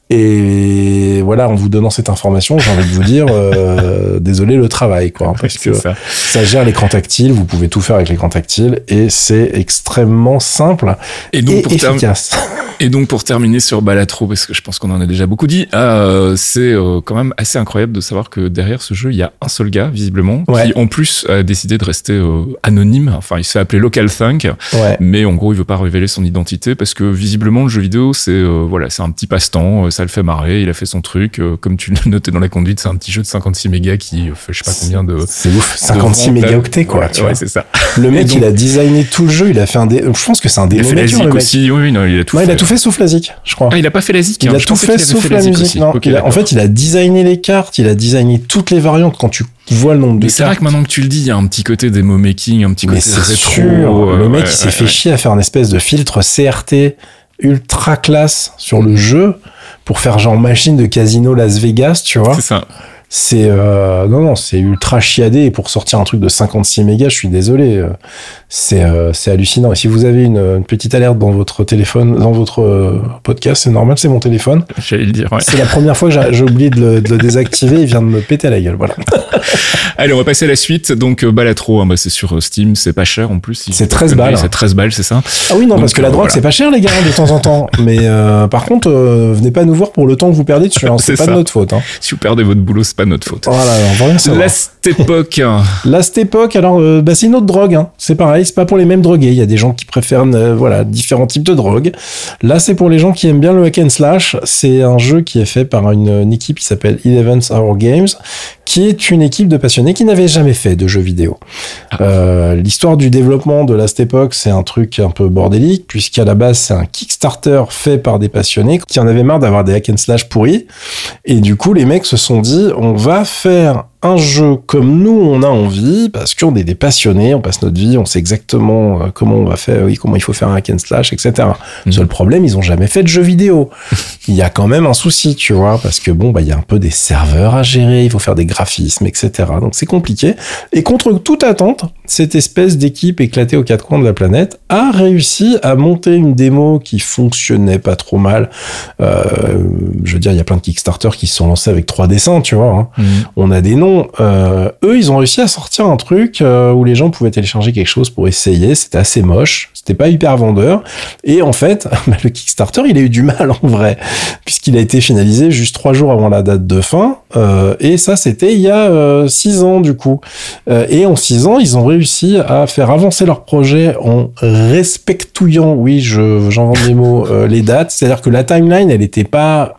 Et voilà, en vous donnant cette information, j'ai envie de vous dire, euh, désolé le travail, quoi, parce que ça. ça gère l'écran tactile, vous pouvez tout faire avec l'écran tactile, et c'est extrêmement simple et, donc et pour efficace. Term- et donc pour terminer sur Balatro, parce que je pense qu'on en a déjà beaucoup dit, euh, c'est euh, quand même assez incroyable de savoir que derrière ce jeu, il y a un seul gars, visiblement, ouais. qui en plus a décidé de rester euh, anonyme. Enfin, il se fait appeler Local Thunk, ouais. mais en gros, il veut pas révéler son identité parce que visiblement, le jeu vidéo, c'est euh, voilà, c'est un petit passe-temps. Ça le fait marrer, il a fait son truc. Euh, comme tu l'as noté dans la conduite, c'est un petit jeu de cinquante-six mégas qui fait je sais pas combien de. C'est ouf, cinquante-six mégaoctets quoi. Ouais, tu ouais vois. c'est ça. Le mec, donc, il a designé tout le jeu, il a fait un dé. Je pense que c'est un démo maker. Il a fait la aussi, oui, non, il a tout non, fait. il a tout fait sauf la zik, je crois. Ah, il a pas fait la zik. Il hein, a tout fait sauf fait la, la musique. Aussi. Non, okay, il a, en fait, il a designé les cartes, il a designé toutes les variantes quand tu vois le nombre de mais cartes. C'est vrai que maintenant que tu le dis, il y a un petit côté démo making, un petit côté mais c'est rétro. Sûr. Le mec, ouais, il s'est ouais, fait ouais. chier à faire une espèce de filtre C R T ultra classe sur le jeu pour faire genre machine de casino Las Vegas, tu vois. C'est ça. C'est euh, non non, c'est ultra chiadé et pour sortir un truc de cinquante-six mégas, je suis désolé, c'est euh, c'est hallucinant. Et si vous avez une, une petite alerte dans votre téléphone, dans votre euh, podcast, c'est normal, c'est mon téléphone. J'allais le dire. Ouais. C'est la première fois que j'ai, j'ai oublié de le, de le désactiver, il vient de me péter à la gueule, voilà. Allez, on va passer à la suite. Donc Balatro, hein, bah, c'est sur Steam, c'est pas cher en plus. Si c'est treize balles. C'est treize balles, c'est ça. Ah oui non, donc, donc parce que la euh, drogue voilà. c'est pas cher les gars de temps en temps. Mais euh, par contre, euh, venez pas nous voir pour le temps que vous perdez dessus. Hein, c'est, c'est pas ça. De notre faute. Hein. Si vous perdez votre boulot, c'est pas notre faute. Voilà, on va rien savoir. Last Epoch. Last Epoch, alors euh, bah, c'est une autre drogue. Hein. C'est pareil, c'est pas pour les mêmes drogués. Il y a des gens qui préfèrent euh, voilà différents types de drogues. Là, c'est pour les gens qui aiment bien le hack and slash. C'est un jeu qui est fait par une, une équipe qui s'appelle Eleven Hour Games, qui est une équipe de passionnés qui n'avait jamais fait de jeux vidéo. Ah. Euh, l'histoire du développement de Last Epoch, c'est un truc un peu bordélique, puisqu'à la base, c'est un Kickstarter fait par des passionnés qui en avaient marre d'avoir des hack and slash pourris. Et du coup, les mecs se sont dit, on va faire un jeu comme nous on a envie parce qu'on est des passionnés, on passe notre vie, on sait exactement comment on va faire, oui, comment il faut faire un hack and slash, et cetera. Mmh. Seul problème, ils ont jamais fait de jeu vidéo. Il y a quand même un souci, tu vois, parce que bon, bah, il y a un peu des serveurs à gérer, il faut faire des graphismes, et cetera. Donc c'est compliqué. Et contre toute attente, cette espèce d'équipe éclatée aux quatre coins de la planète a réussi à monter une démo qui fonctionnait pas trop mal. Euh, je veux dire, il y a plein de Kickstarter qui se sont lancés avec trois dessins, tu vois. Hein. Mmh. On a des noms. Euh, eux, ils ont réussi à sortir un truc euh, où les gens pouvaient télécharger quelque chose pour essayer. C'était assez moche, c'était pas hyper vendeur. Et en fait, bah, le Kickstarter, il a eu du mal en vrai, puisqu'il a été finalisé juste trois jours avant la date de fin. Euh, et ça, c'était il y a euh, six ans du coup. Euh, et en six ans, ils ont réussi à faire avancer leur projet en respectouillant, oui, je, j'en vends des mots, euh, les dates. C'est-à-dire que la timeline, elle était pas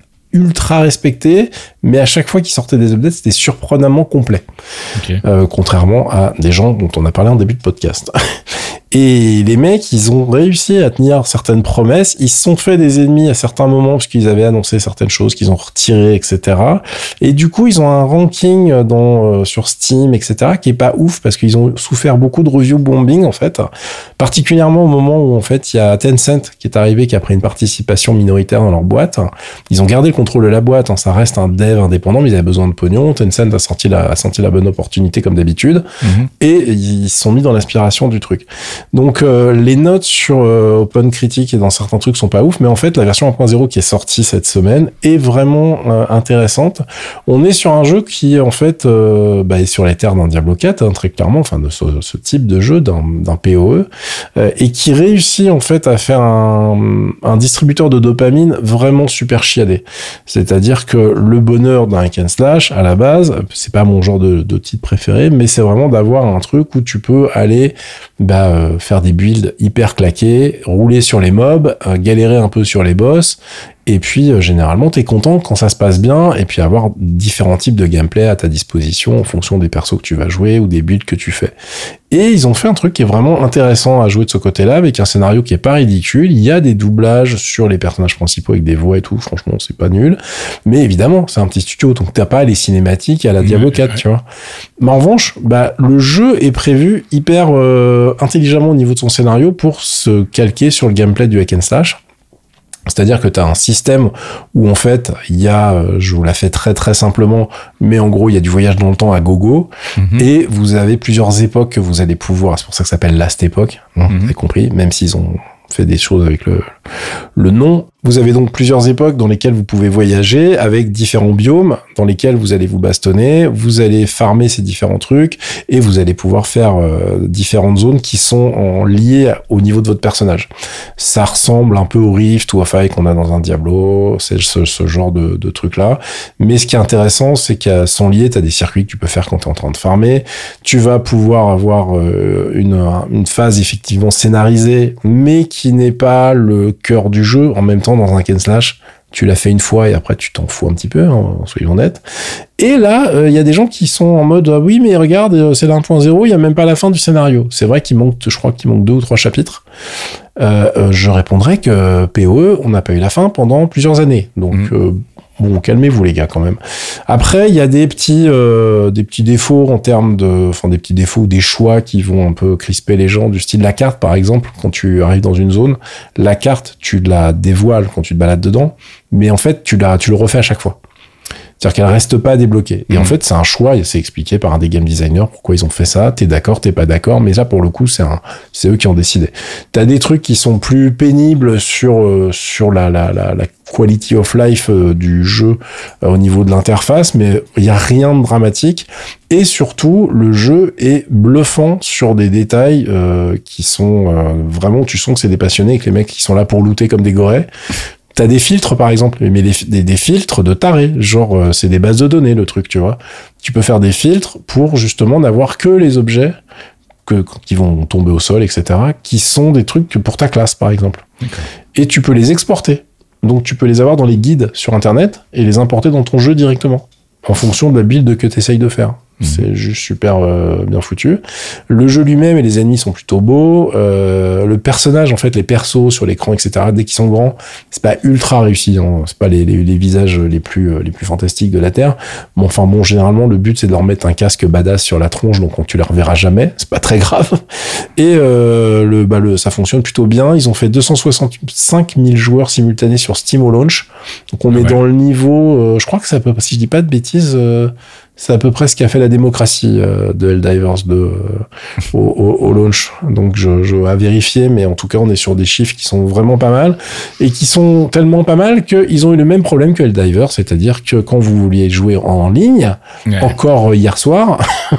ultra respecté, mais à chaque fois qu'ils sortaient des updates, c'était surprenamment complet. Okay. Euh, contrairement à des gens dont on a parlé en début de podcast. Et les mecs, ils ont réussi à tenir certaines promesses. Ils se sont fait des ennemis à certains moments parce qu'ils avaient annoncé certaines choses qu'ils ont retirées, et cetera. Et du coup, ils ont un ranking dans, euh, sur Steam, et cetera, qui est pas ouf parce qu'ils ont souffert beaucoup de review bombing, en fait. Particulièrement au moment où, en fait, il y a Tencent qui est arrivé, qui a pris une participation minoritaire dans leur boîte. Ils ont gardé le contrôle de la boîte. Hein. Ça reste un dev indépendant, mais ils avaient besoin de pognon. Tencent a senti la, a senti la bonne opportunité comme d'habitude. Mmh. Et ils se sont mis dans l'inspiration du truc. Donc euh, les notes sur euh, OpenCritic et dans certains trucs sont pas ouf, mais en fait la version un point zéro qui est sortie cette semaine est vraiment euh, intéressante. On est sur un jeu qui en fait euh, bah, est sur les terres d'un Diablo quatre, hein, très clairement, enfin de ce, ce type de jeu, d'un, d'un P O E, euh, et qui réussit en fait à faire un, un distributeur de dopamine vraiment super chiadé. C'est-à-dire que le bonheur d'un hack and slash à la base, c'est pas mon genre de, de titre préféré, mais c'est vraiment d'avoir un truc où tu peux aller bah, euh, faire des builds hyper claqués, rouler sur les mobs, euh, galérer un peu sur les boss, et puis euh, généralement t'es content quand ça se passe bien, et puis avoir différents types de gameplay à ta disposition en fonction des persos que tu vas jouer ou des builds que tu fais. Et ils ont fait un truc qui est vraiment intéressant à jouer de ce côté-là, avec un scénario qui est pas ridicule. Il y a des doublages sur les personnages principaux avec des voix et tout, franchement c'est pas nul, mais évidemment c'est un petit studio, donc t'as pas les cinématiques à la Diablo quatre, tu vois. Mais en revanche, bah le jeu est prévu hyper euh, intelligemment au niveau de son scénario pour se calquer sur le gameplay du hack and slash. C'est-à-dire que tu as un système où en fait il y a, je vous la fais très très simplement, mais en gros il y a du voyage dans le temps à gogo, mm-hmm. et vous avez plusieurs époques que vous allez pouvoir, c'est pour ça que ça s'appelle Last Epoch, hein, mm-hmm. vous avez compris, même s'ils ont fait des choses avec le, le nom. Vous avez donc plusieurs époques dans lesquelles vous pouvez voyager avec différents biomes dans lesquels vous allez vous bastonner, vous allez farmer ces différents trucs et vous allez pouvoir faire euh, différentes zones qui sont en liées au niveau de votre personnage. Ça ressemble un peu au Rift ou au Fire qu'on a dans un Diablo, c'est ce, ce genre de, de truc-là. Mais ce qui est intéressant, c'est qu'à sont liés, tu as des circuits que tu peux faire quand tu es en train de farmer. Tu vas pouvoir avoir euh, une, une phase effectivement scénarisée, mais qui n'est pas le cœur du jeu. En même temps, dans un hack and slash, tu l'as fait une fois et après tu t'en fous un petit peu, hein, soyons honnêtes. Et là, il euh, y a des gens qui sont en mode ah, oui mais regarde, c'est l'un point zéro, il y a même pas la fin du scénario. C'est vrai qu'il manque, je crois qu'il manque deux ou trois chapitres. Euh, euh, je répondrai que P O E, on n'a pas eu la fin pendant plusieurs années. Donc mmh. euh, bon, calmez-vous les gars quand même. Après, il y a des petits, euh, des petits défauts en termes de, enfin des petits défauts, des choix qui vont un peu crisper les gens, du style la carte par exemple. Quand tu arrives dans une zone, la carte, tu la dévoiles quand tu te balades dedans, mais en fait, tu la, tu le refais à chaque fois. C'est-à-dire qu'elle reste pas débloquée. Et mmh. en fait, c'est un choix, et c'est expliqué par un des game designers pourquoi ils ont fait ça. T'es d'accord, t'es pas d'accord, mais là, pour le coup, c'est un, c'est eux qui ont décidé. T'as des trucs qui sont plus pénibles sur, euh, sur la, la, la, la quality of life euh, du jeu euh, au niveau de l'interface, mais il y a rien de dramatique. Et surtout, le jeu est bluffant sur des détails euh, qui sont euh, vraiment, tu sens que c'est des passionnés et que les mecs qui sont là pour looter comme des gorées. T'as des filtres, par exemple, mais des, des, des filtres de tarés. Genre, euh, c'est des bases de données, le truc, tu vois. Tu peux faire des filtres pour, justement, n'avoir que les objets que, qui vont tomber au sol, et cetera, qui sont des trucs pour ta classe, par exemple. Okay. Et tu peux les exporter. Donc, tu peux les avoir dans les guides sur Internet et les importer dans ton jeu directement, en fonction de la build que tu essayes de faire. Mmh. C'est juste super euh, bien foutu. Le jeu lui-même et les ennemis sont plutôt beaux. Euh, le personnage, en fait, les persos sur l'écran, et cetera, dès qu'ils sont grands, c'est pas ultra réussi. Hein. C'est pas les, les, les visages les plus, les plus fantastiques de la Terre. Bon, enfin bon, généralement, le but, c'est de leur mettre un casque badass sur la tronche, donc tu les reverras jamais. C'est pas très grave. Et euh, le, bah, le, ça fonctionne plutôt bien. Ils ont fait deux cent soixante-cinq mille joueurs simultanés sur Steam au launch. Donc on ouais. est dans le niveau... Euh, je crois que ça peut... Si je dis pas de bêtises... Euh, c'est à peu près ce qu'a fait la démocratie euh, de Helldivers deux euh, au, au, au launch. Donc, je, je à vérifier, mais en tout cas, on est sur des chiffres qui sont vraiment pas mal et qui sont tellement pas mal qu'ils ont eu le même problème que Helldivers, c'est-à-dire que quand vous vouliez jouer en ligne, ouais. encore hier soir...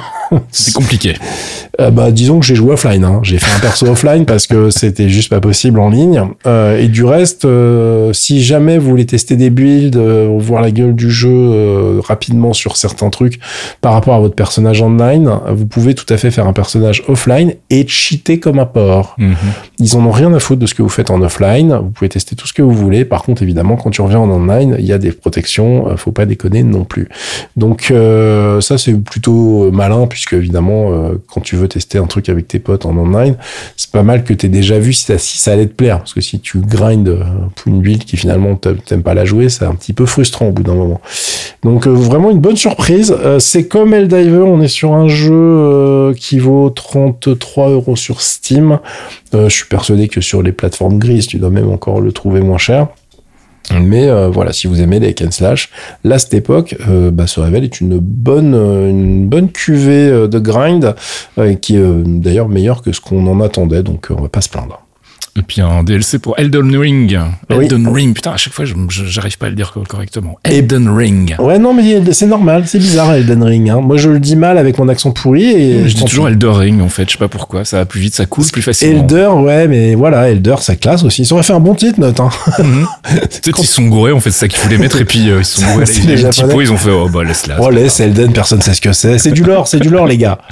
C'est compliqué. Euh, bah, disons que j'ai joué offline. Hein. J'ai fait un perso offline parce que c'était juste pas possible en ligne. Euh, et du reste, euh, si jamais vous voulez tester des builds, euh, voir la gueule du jeu euh, rapidement sur certains trucs par rapport à votre personnage online, vous pouvez tout à fait faire un personnage offline et cheater comme un porc. Mm-hmm. Ils en ont rien à foutre de ce que vous faites en offline. Vous pouvez tester tout ce que vous voulez. Par contre, évidemment, quand tu reviens en online, il y a des protections. Euh, faut pas déconner non plus. Donc, euh, ça, c'est plutôt malin puisque évidemment, euh, quand tu veux tester un truc avec tes potes en online, c'est pas mal que t'aies déjà vu si ça, si ça allait te plaire. Parce que si tu grindes euh, pour une build qui finalement t'aimes pas la jouer, c'est un petit peu frustrant au bout d'un moment. Donc euh, vraiment une bonne surprise. Euh, c'est comme Helldiver, on est sur un jeu euh, qui vaut trente-trois euros sur Steam. Euh, je suis persuadé que sur les plateformes grises, tu dois même encore le trouver moins cher. Mais euh, voilà, si vous aimez les hack and slash, là, cette époque, euh, bah, se révèle être une bonne, une bonne cuvée euh, de grind, euh, qui est euh, d'ailleurs meilleure que ce qu'on en attendait, donc euh, on va pas se plaindre. Et puis un D L C pour Elden Ring. Elden oui. Ring, putain, à chaque fois, je, je, j'arrive pas à le dire correctement. Elden et... Ring. Ouais, non, mais c'est normal, c'est bizarre, Elden Ring. Hein. Moi, je le dis mal avec mon accent pourri. Et je dis toujours Elder Ring, en fait, je sais pas pourquoi. Ça va plus vite, ça coule plus facilement. Elder, ouais, mais voilà, Elder, ça classe aussi. Ils auraient fait un bon titre, note. Hein. Mm-hmm. Peut-être quand... ils sont gourés, en fait, c'est ça qu'il faut les mettre, et puis euh, ils sont gourés. Les, les typos, ils ont fait, oh, bah, laisse-la. Oh, laisse Elden, personne sait ce que c'est. C'est du lore, c'est du lore, les gars.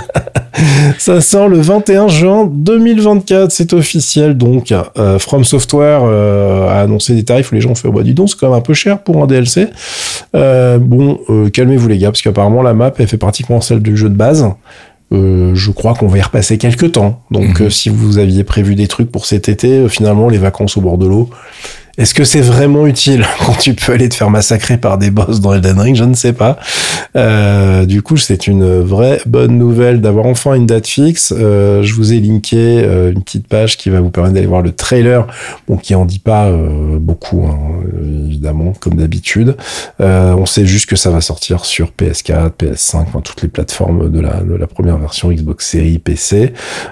Ça sort le vingt et un juin deux mille vingt-quatre, c'est officiel, donc. Euh, From Software euh, a annoncé des tarifs où les gens ont fait, oh bah dis donc, c'est quand même un peu cher pour un D L C. Euh, bon, euh, calmez-vous les gars, parce qu'apparemment la map, elle fait pratiquement celle du jeu de base. Euh, je crois qu'on va y repasser quelques temps. Donc, mmh. euh, si vous aviez prévu des trucs pour cet été, euh, finalement, les vacances au bord de l'eau, est-ce que c'est vraiment utile quand tu peux aller te faire massacrer par des boss dans Elden Ring? Je ne sais pas. Euh, du coup, c'est une vraie bonne nouvelle d'avoir enfin une date fixe. Euh, je vous ai linké euh, une petite page qui va vous permettre d'aller voir le trailer, bon, qui en dit pas euh, beaucoup, hein, évidemment, comme d'habitude. Euh, on sait juste que ça va sortir sur P S quatre, P S cinq, enfin, toutes les plateformes de la, de la première version Xbox Series, P C,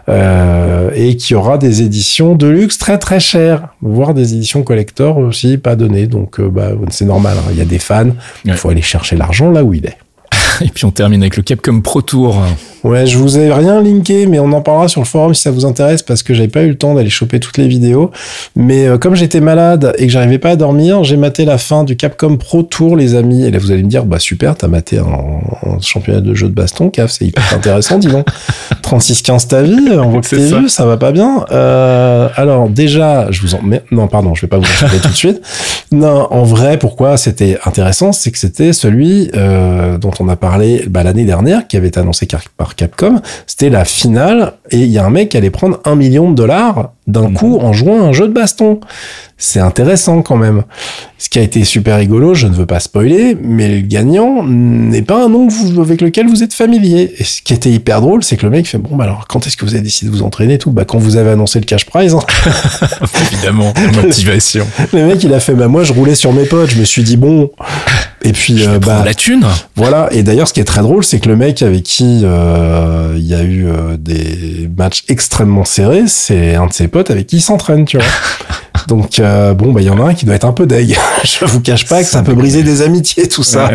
euh, et qu'il y aura des éditions de luxe très très chères, voire des éditions collector aussi pas donné, donc euh, bah, c'est normal, il hein. y a des fans, il ouais. faut aller chercher l'argent là où il est. Et puis on termine avec le Capcom Pro Tour. Ouais, je vous ai rien linké, mais on en parlera sur le forum si ça vous intéresse, parce que j'avais pas eu le temps d'aller choper toutes les vidéos. Mais euh, comme j'étais malade et que j'arrivais pas à dormir, j'ai maté la fin du Capcom Pro Tour, les amis. Et là, vous allez me dire, bah super, t'as maté un, un championnat de jeu de baston, Caf, c'est hyper intéressant, dis donc. trente-six quinze ta vie, on voit que t'es vieux, ça va pas bien. Euh, alors déjà, je vous en... Mais, non, pardon, je vais pas vous en parler tout de suite. Non, en vrai, pourquoi c'était intéressant, c'est que c'était celui euh, dont on a parlé bah, l'année dernière, qui avait été annoncé par Capcom. C'était la finale, et il y a un mec qui allait prendre un million de dollars d'un mmh. coup en jouant à un jeu de baston. C'est intéressant quand même. Ce qui a été super rigolo, je ne veux pas spoiler, mais le gagnant n'est pas un nom vous, avec lequel vous êtes familier. Et ce qui était hyper drôle, c'est que le mec fait, bon, bah alors, quand est-ce que vous avez décidé de vous entraîner et tout? Bah, quand vous avez annoncé le cash prize. Hein. Évidemment, motivation. Le, le mec, il a fait, bah, moi, je roulais sur mes potes, je me suis dit, bon. Et puis, je euh, bah. la thune. Voilà. Et d'ailleurs, ce qui est très drôle, c'est que le mec avec qui, euh, il y a eu euh, des matchs extrêmement serrés, c'est un de ses potes avec qui il s'entraîne, tu vois. Donc, euh, bon, bah, il y en a un qui doit être un peu deg. Je vous cache pas que ça peut briser des amitiés, tout ça.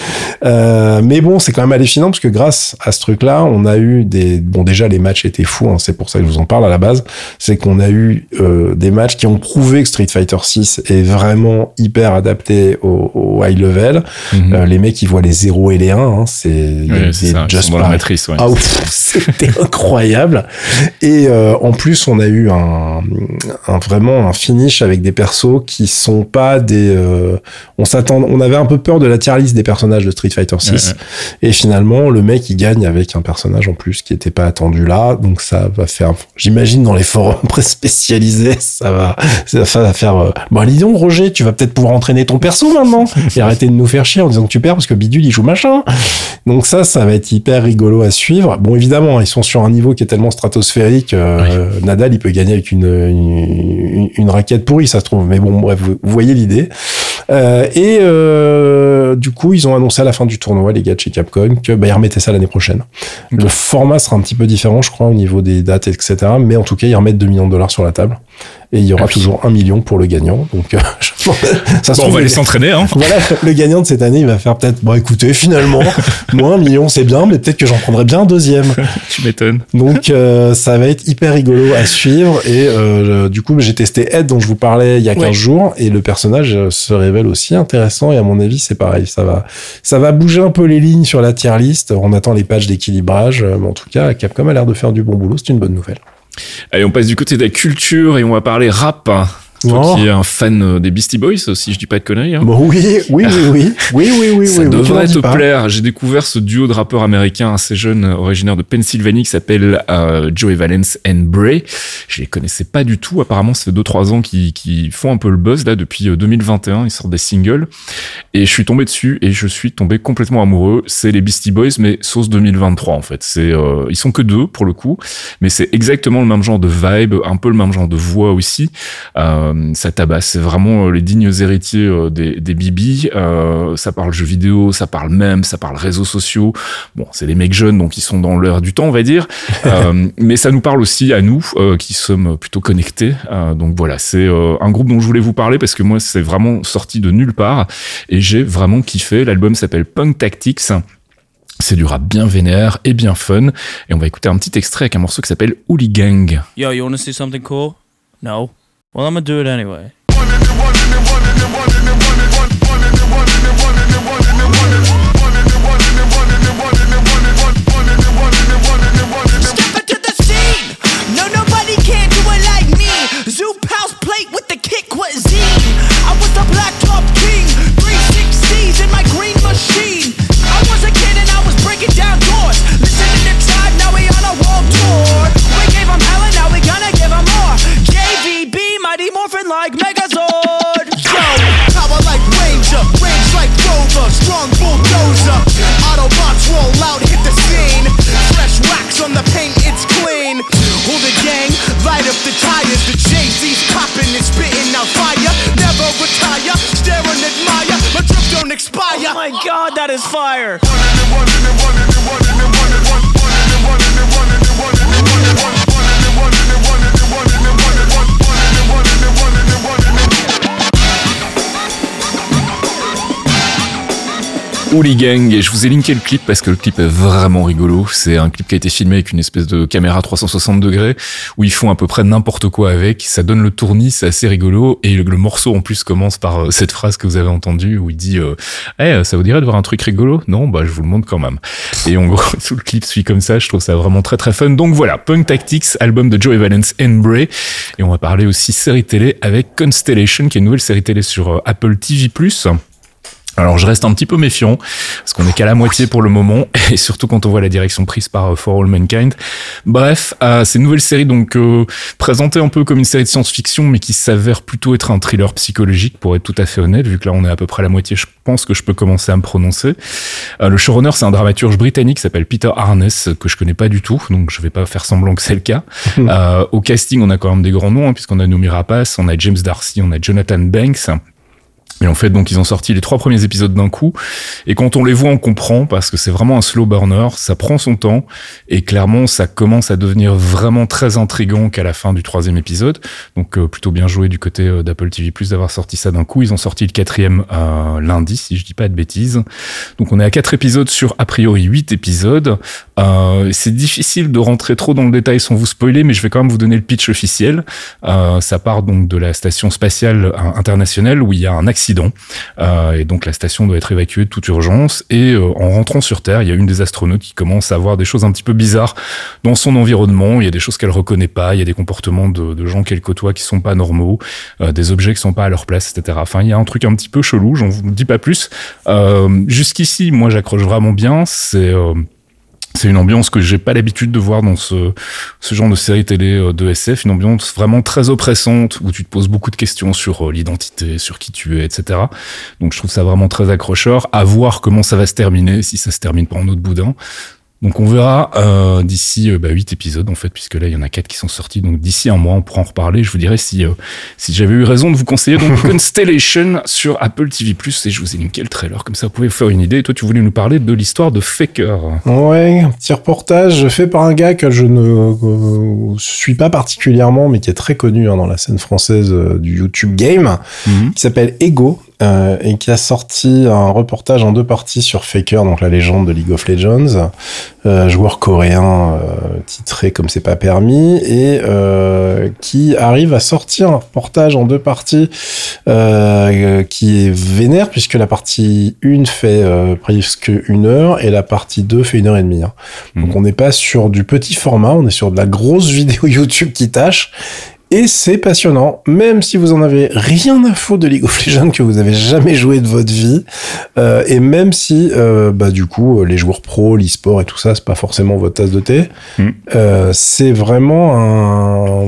euh, mais bon, c'est quand même hallucinant parce que grâce à ce truc-là, on a eu des, bon, déjà, les matchs étaient fous, hein, c'est pour ça que je vous en parle à la base. C'est qu'on a eu, euh, des matchs qui ont prouvé que Street Fighter six est vraiment hyper adapté au, au high level. Mm-hmm. Euh, les mecs, ils voient les zéros et les un, hein, c'est, oui, c'est ça, just dans la matrice, ouais. Ah, ouf, c'était incroyable. Et, euh, en plus, on a eu un, un vraiment un finish avec des persos qui sont pas des euh, on s'attend on avait un peu peur de la tier list des personnages de Street Fighter six, ouais, ouais. Et finalement le mec il gagne avec un personnage en plus qui était pas attendu là, donc ça va faire, j'imagine dans les forums très spécialisés, ça va ça va faire euh, bon, dis donc Roger, tu vas peut-être pouvoir entraîner ton perso maintenant et arrêter de nous faire chier en disant que tu perds parce que Bidule il joue machin. Donc ça ça va être hyper rigolo à suivre. Bon, évidemment, ils sont sur un niveau qui est tellement stratosphérique, euh, ouais. Nadal il peut gagner avec une une, une raquette pourri, ça se trouve, mais bon, bref, vous, vous voyez l'idée. Euh, et euh, du coup, ils ont annoncé à la fin du tournoi, les gars de chez Capcom, que bah, ils remettaient ça l'année prochaine. Okay. Le format sera un petit peu différent, je crois, au niveau des dates, et cetera. Mais en tout cas, ils remettent deux millions de dollars sur la table. Et il y aura ah, toujours un million pour le gagnant. Donc, euh, je... ça se bon, trouve, on va aller s'entraîner, hein. Voilà, le gagnant de cette année, il va faire peut-être, bon, écoutez, finalement, moi, un million, c'est bien, mais peut-être que j'en prendrais bien un deuxième. Tu m'étonnes. Donc, euh, ça va être hyper rigolo à suivre. Et euh, du coup, j'ai testé Ed, dont je vous parlais il y a quinze ouais. jours, et le personnage se révèle aussi intéressant. Et à mon avis, c'est pareil. Ça va, ça va bouger un peu les lignes sur la tier list. On attend les pages d'équilibrage. Mais en tout cas, Capcom a l'air de faire du bon boulot. C'est une bonne nouvelle. Allez, on passe du côté de la culture et on va parler rap. Toi Oh. qui es un fan des Beastie Boys, si je dis pas de conneries. Hein. Bon, oui, oui, oui, oui, oui, oui, oui. Ça oui, devrait oui, te pas. plaire. J'ai découvert ce duo de rappeurs américains assez jeunes, originaires de Pennsylvanie, qui s'appelle euh, Joey Valence and Bray. Je les connaissais pas du tout. Apparemment, ça fait deux trois ans qu'ils, qu'ils font un peu le buzz là depuis deux mille vingt et un. Ils sortent des singles et je suis tombé dessus et je suis tombé complètement amoureux. C'est les Beastie Boys, mais sauce deux mille vingt-trois en fait. C'est euh, ils sont que deux pour le coup, mais c'est exactement le même genre de vibe, un peu le même genre de voix aussi. Euh, ça tabasse. C'est vraiment les dignes héritiers euh, des, des B B. Euh, ça parle jeux vidéo, ça parle mème, ça parle réseaux sociaux. Bon, c'est des mecs jeunes, donc ils sont dans l'heure du temps, on va dire. Euh, mais ça nous parle aussi à nous, euh, qui sommes plutôt connectés. Euh, donc voilà, c'est euh, un groupe dont je voulais vous parler parce que moi, c'est vraiment sorti de nulle part et j'ai vraiment kiffé. L'album s'appelle Punk Tactics. C'est du rap bien vénère et bien fun. Et on va écouter un petit extrait avec un morceau qui s'appelle Hooligang. Yo, you wanna see something cool? No? Well, I'm gonna do it anyway. Step into the scene. No, nobody can do it like me. Zoop house plate with the kick cuisine. I was the black top king. three sixties in my green machine. I was a kid and I was breaking down doors. Listening to Tribe, now we on a world tour. We gave them hell and now we gonna give them more. J V B, Mighty Morphin like Megazord. Yo, power like Ranger, range like Rover, strong bulldozer. Autobots roll out, hit the scene. Fresh wax on the paint, it's clean. Hold the gang, light up the tires. The Jay-Z's popping and spitting out fire. Never retire, stare and admire. My drip don't expire. Oh my god, that is fire! Hooligang, et je vous ai linké le clip parce que le clip est vraiment rigolo. C'est un clip qui a été filmé avec une espèce de caméra trois cent soixante degrés où ils font à peu près n'importe quoi avec. Ça donne le tournis, c'est assez rigolo. Et le, le morceau en plus commence par euh, cette phrase que vous avez entendue où il dit euh, hey, ça vous dirait de voir un truc rigolo? Non, bah je vous le montre quand même. Et en gros, tout le clip suit comme ça. Je trouve ça vraiment très très fun. Donc voilà, Punk Tactics, album de Joey Valence and Bray. Et on va parler aussi série télé avec Constellation, qui est une nouvelle série télé sur euh, Apple T V plus. Alors je reste un petit peu méfiant parce qu'on est qu'à la moitié pour le moment et surtout quand on voit la direction prise par uh, For All Mankind. Bref, euh, c'est une nouvelle série donc euh, présentée un peu comme une série de science-fiction mais qui s'avère plutôt être un thriller psychologique pour être tout à fait honnête, vu que là on est à peu près à la moitié, je pense que je peux commencer à me prononcer. Euh, le showrunner c'est un dramaturge britannique qui s'appelle Peter Harness que je connais pas du tout, donc je vais pas faire semblant que c'est le cas. euh, au casting on a quand même des grands noms hein, puisqu'on a Noomi Rapace, on a James Darcy, on a Jonathan Banks. Et en fait, donc, ils ont sorti les trois premiers épisodes d'un coup. Et quand on les voit, on comprend parce que c'est vraiment un slow burner. Ça prend son temps. Et clairement, ça commence à devenir vraiment très intriguant qu'à la fin du troisième épisode. Donc, euh, plutôt bien joué du côté euh, d'Apple T V plus, d'avoir sorti ça d'un coup. Ils ont sorti le quatrième euh, lundi, si je dis pas de bêtises. Donc, on est à quatre épisodes sur, a priori, huit épisodes. Euh, c'est difficile de rentrer trop dans le détail sans vous spoiler, mais je vais quand même vous donner le pitch officiel. Euh, ça part donc de la station spatiale euh, internationale où il y a un accident. Euh, et donc la station doit être évacuée de toute urgence et euh, en rentrant sur Terre, il y a une des astronautes qui commence à voir des choses un petit peu bizarres dans son environnement. Il y a des choses qu'elle reconnaît pas, il y a des comportements de, de gens qu'elle côtoie qui sont pas normaux, euh, des objets qui sont pas à leur place, et cetera. Enfin, il y a un truc un petit peu chelou, j'en vous dis pas plus. Euh, jusqu'ici, moi j'accroche vraiment bien, c'est... Euh, C'est une ambiance que j'ai pas l'habitude de voir dans ce, ce genre de série télé de S F, une ambiance vraiment très oppressante où tu te poses beaucoup de questions sur l'identité, sur qui tu es, et cetera. Donc je trouve ça vraiment très accrocheur. À voir comment ça va se terminer, si ça se termine pas en autre boudin. Donc on verra euh, d'ici euh, bah, huit épisodes en fait, puisque là il y en a quatre qui sont sortis. Donc d'ici un mois on pourra en reparler. Je vous dirai si euh, si j'avais eu raison de vous conseiller donc Constellation sur Apple T V plus, et je vous ai linké le trailer comme ça vous pouvez vous faire une idée. Et toi tu voulais nous parler de l'histoire de Faker. Ouais, un petit reportage fait par un gars que je ne euh, suis pas particulièrement, mais qui est très connu hein, dans la scène française euh, du YouTube Game, mm-hmm. qui s'appelle Ego. Euh, et qui a sorti un reportage en deux parties sur Faker, donc la légende de League of Legends, euh, joueur coréen euh, titré comme c'est pas permis, et euh, qui arrive à sortir un reportage en deux parties euh, qui est vénère, puisque la partie un fait euh, presque une heure et la partie deux fait une heure et demie. Hein. Mmh. Donc on n'est pas sur du petit format, on est sur de la grosse vidéo YouTube qui tâche. Et c'est passionnant, même si vous en avez rien à foutre de League of Legends, que vous avez jamais joué de votre vie, euh, et même si, euh, bah du coup, les joueurs pro, l'e-sport et tout ça, c'est pas forcément votre tasse de thé. Mm. Euh, c'est vraiment un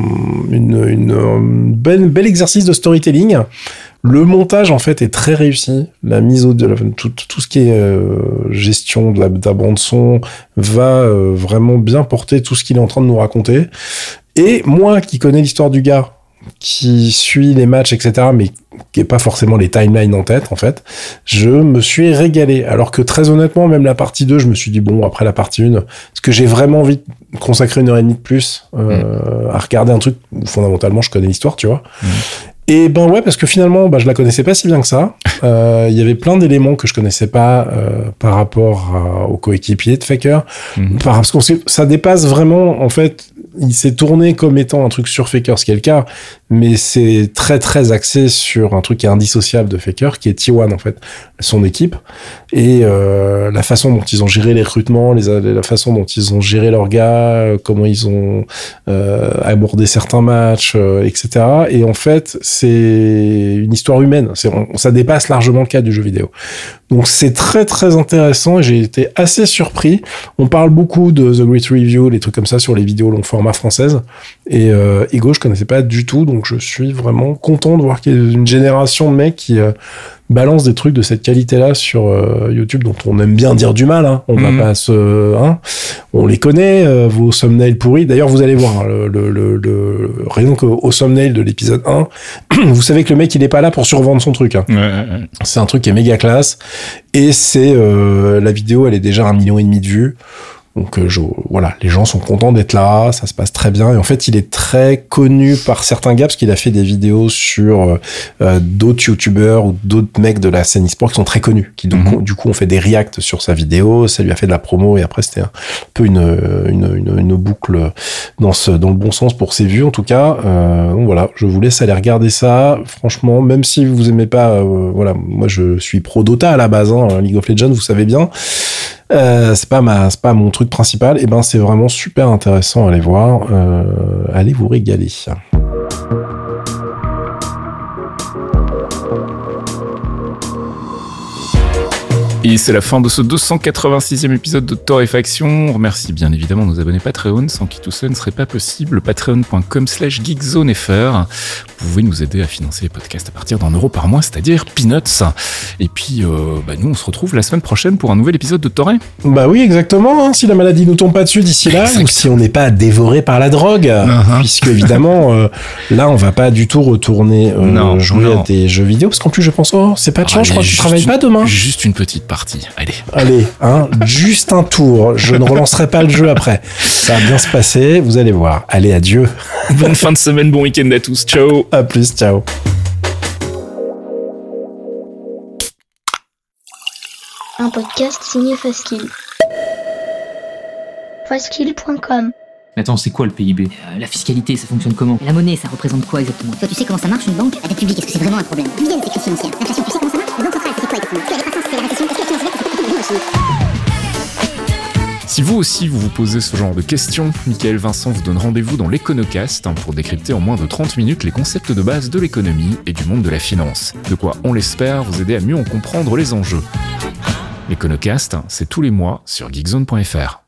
une, une, un bel, bel exercice de storytelling. Le montage, en fait, est très réussi. La mise au... Tout, tout ce qui est euh, gestion de la, de la bande-son va euh, vraiment bien porter tout ce qu'il est en train de nous raconter. Et moi, qui connais l'histoire du gars, qui suit les matchs, et cetera, mais qui n'ai pas forcément les timelines en tête, en fait, je me suis régalé. Alors que très honnêtement, même la partie deux, je me suis dit, bon, après la partie un, est-ce que j'ai vraiment envie de consacrer une heure et demie de plus euh, mmh. à regarder un truc où fondamentalement je connais l'histoire, tu vois. Mmh. Et ben ouais, parce que finalement, bah, je la connaissais pas si bien que ça. Euh, il y avait plein d'éléments que je connaissais pas euh, par rapport à, aux coéquipiers de Faker. Mm-hmm. Parce que ça dépasse vraiment, en fait, il s'est tourné comme étant un truc sur Faker, ce qui est le cas, mais c'est très très axé sur un truc qui est indissociable de Faker, qui est T un en fait, son équipe, et euh, la façon dont ils ont géré les recrutements, les, la façon dont ils ont géré leurs gars, comment ils ont euh, abordé certains matchs, euh, et cetera. Et en fait, c'est une histoire humaine. C'est, on, ça dépasse largement le cadre du jeu vidéo. Donc c'est très très intéressant et j'ai été assez surpris. On parle beaucoup de The Great Review, les trucs comme ça sur les vidéos long format françaises. Et euh, Ego, je connaissais pas du tout, donc je suis vraiment content de voir qu'il y a une génération de mecs qui euh, balance des trucs de cette qualité-là sur euh, YouTube, dont on aime bien dire du mal. Hein. On mmh. va pas se, hein. On les connaît, euh, vos thumbnails pourris. D'ailleurs, vous allez voir hein, le, le, le, le rien qu'au thumbnail de l'épisode un, vous savez que le mec il est pas là pour survendre son truc. Hein. Ouais, ouais, ouais. C'est un truc qui est méga classe. Et c'est euh, la vidéo, elle est déjà un million et demi de vues. Donc euh, je, voilà, les gens sont contents d'être là, ça se passe très bien. Et en fait, il est très connu par certains gars parce qu'il a fait des vidéos sur euh, d'autres youtubeurs ou d'autres mecs de la scène e-sport qui sont très connus, qui donc, mm-hmm. du coup ont fait des reacts sur sa vidéo. Ça lui a fait de la promo et après c'était un peu une une une, une boucle dans ce dans le bon sens pour ses vues en tout cas. Euh, donc voilà, je vous laisse aller regarder ça. Franchement, même si vous aimez pas, euh, voilà, moi je suis pro Dota à la base, hein, League of Legends, vous savez bien. Euh, c'est pas ma, c'est pas mon truc principal. Et ben, c'est vraiment super intéressant à aller voir. Euh, allez vous régaler. Et c'est la fin de ce deux cent quatre-vingt-sixième épisode de Torréfaction. On remercie bien évidemment nos abonnés Patreon, sans qui tout cela ne serait pas possible. Patreon.com slash geekzonefr. Vous pouvez nous aider à financer les podcasts à partir d'un euro par mois, c'est-à-dire peanuts. Et puis, euh, bah nous, on se retrouve la semaine prochaine pour un nouvel épisode de Torré. Bah oui, exactement. Hein, si la maladie nous tombe pas dessus d'ici là, exactement. Ou si on n'est pas dévoré par la drogue, uh-huh. puisque évidemment, euh, là, on va pas du tout retourner euh, non, jouer non. à des jeux vidéo, parce qu'en plus, je pense, oh, c'est pas de chance, je crois que tu travailles une, pas demain. Juste une petite partie. Allez. Allez, hein, juste un tour. Je ne relancerai pas le jeu après. Ça va bien se passer, vous allez voir. Allez, adieu. Bonne fin de semaine, bon week-end à tous. Ciao. À plus, ciao. Un podcast signé Faskill. Faskill point com. Mais attends, c'est quoi le P I B ? euh, La fiscalité, ça fonctionne comment ? La monnaie, ça représente quoi exactement ? Toi, tu sais comment ça marche une banque ? La dette publique, est-ce que c'est vraiment un problème ? D'où vient le secret financier ? L'inflation, tu sais comment ça marche ? Les banques centrales, c'était quoi exactement ? La décroissance, c'est la récession. Est-ce que la finance verte, c'est Si vous aussi vous vous posez ce genre de questions, Michael Vincent vous donne rendez-vous dans l'Econocast pour décrypter en moins de trente minutes les concepts de base de l'économie et du monde de la finance. De quoi, on l'espère, vous aider à mieux en comprendre les enjeux. L'Econocast, c'est tous les mois sur geekzone point f r.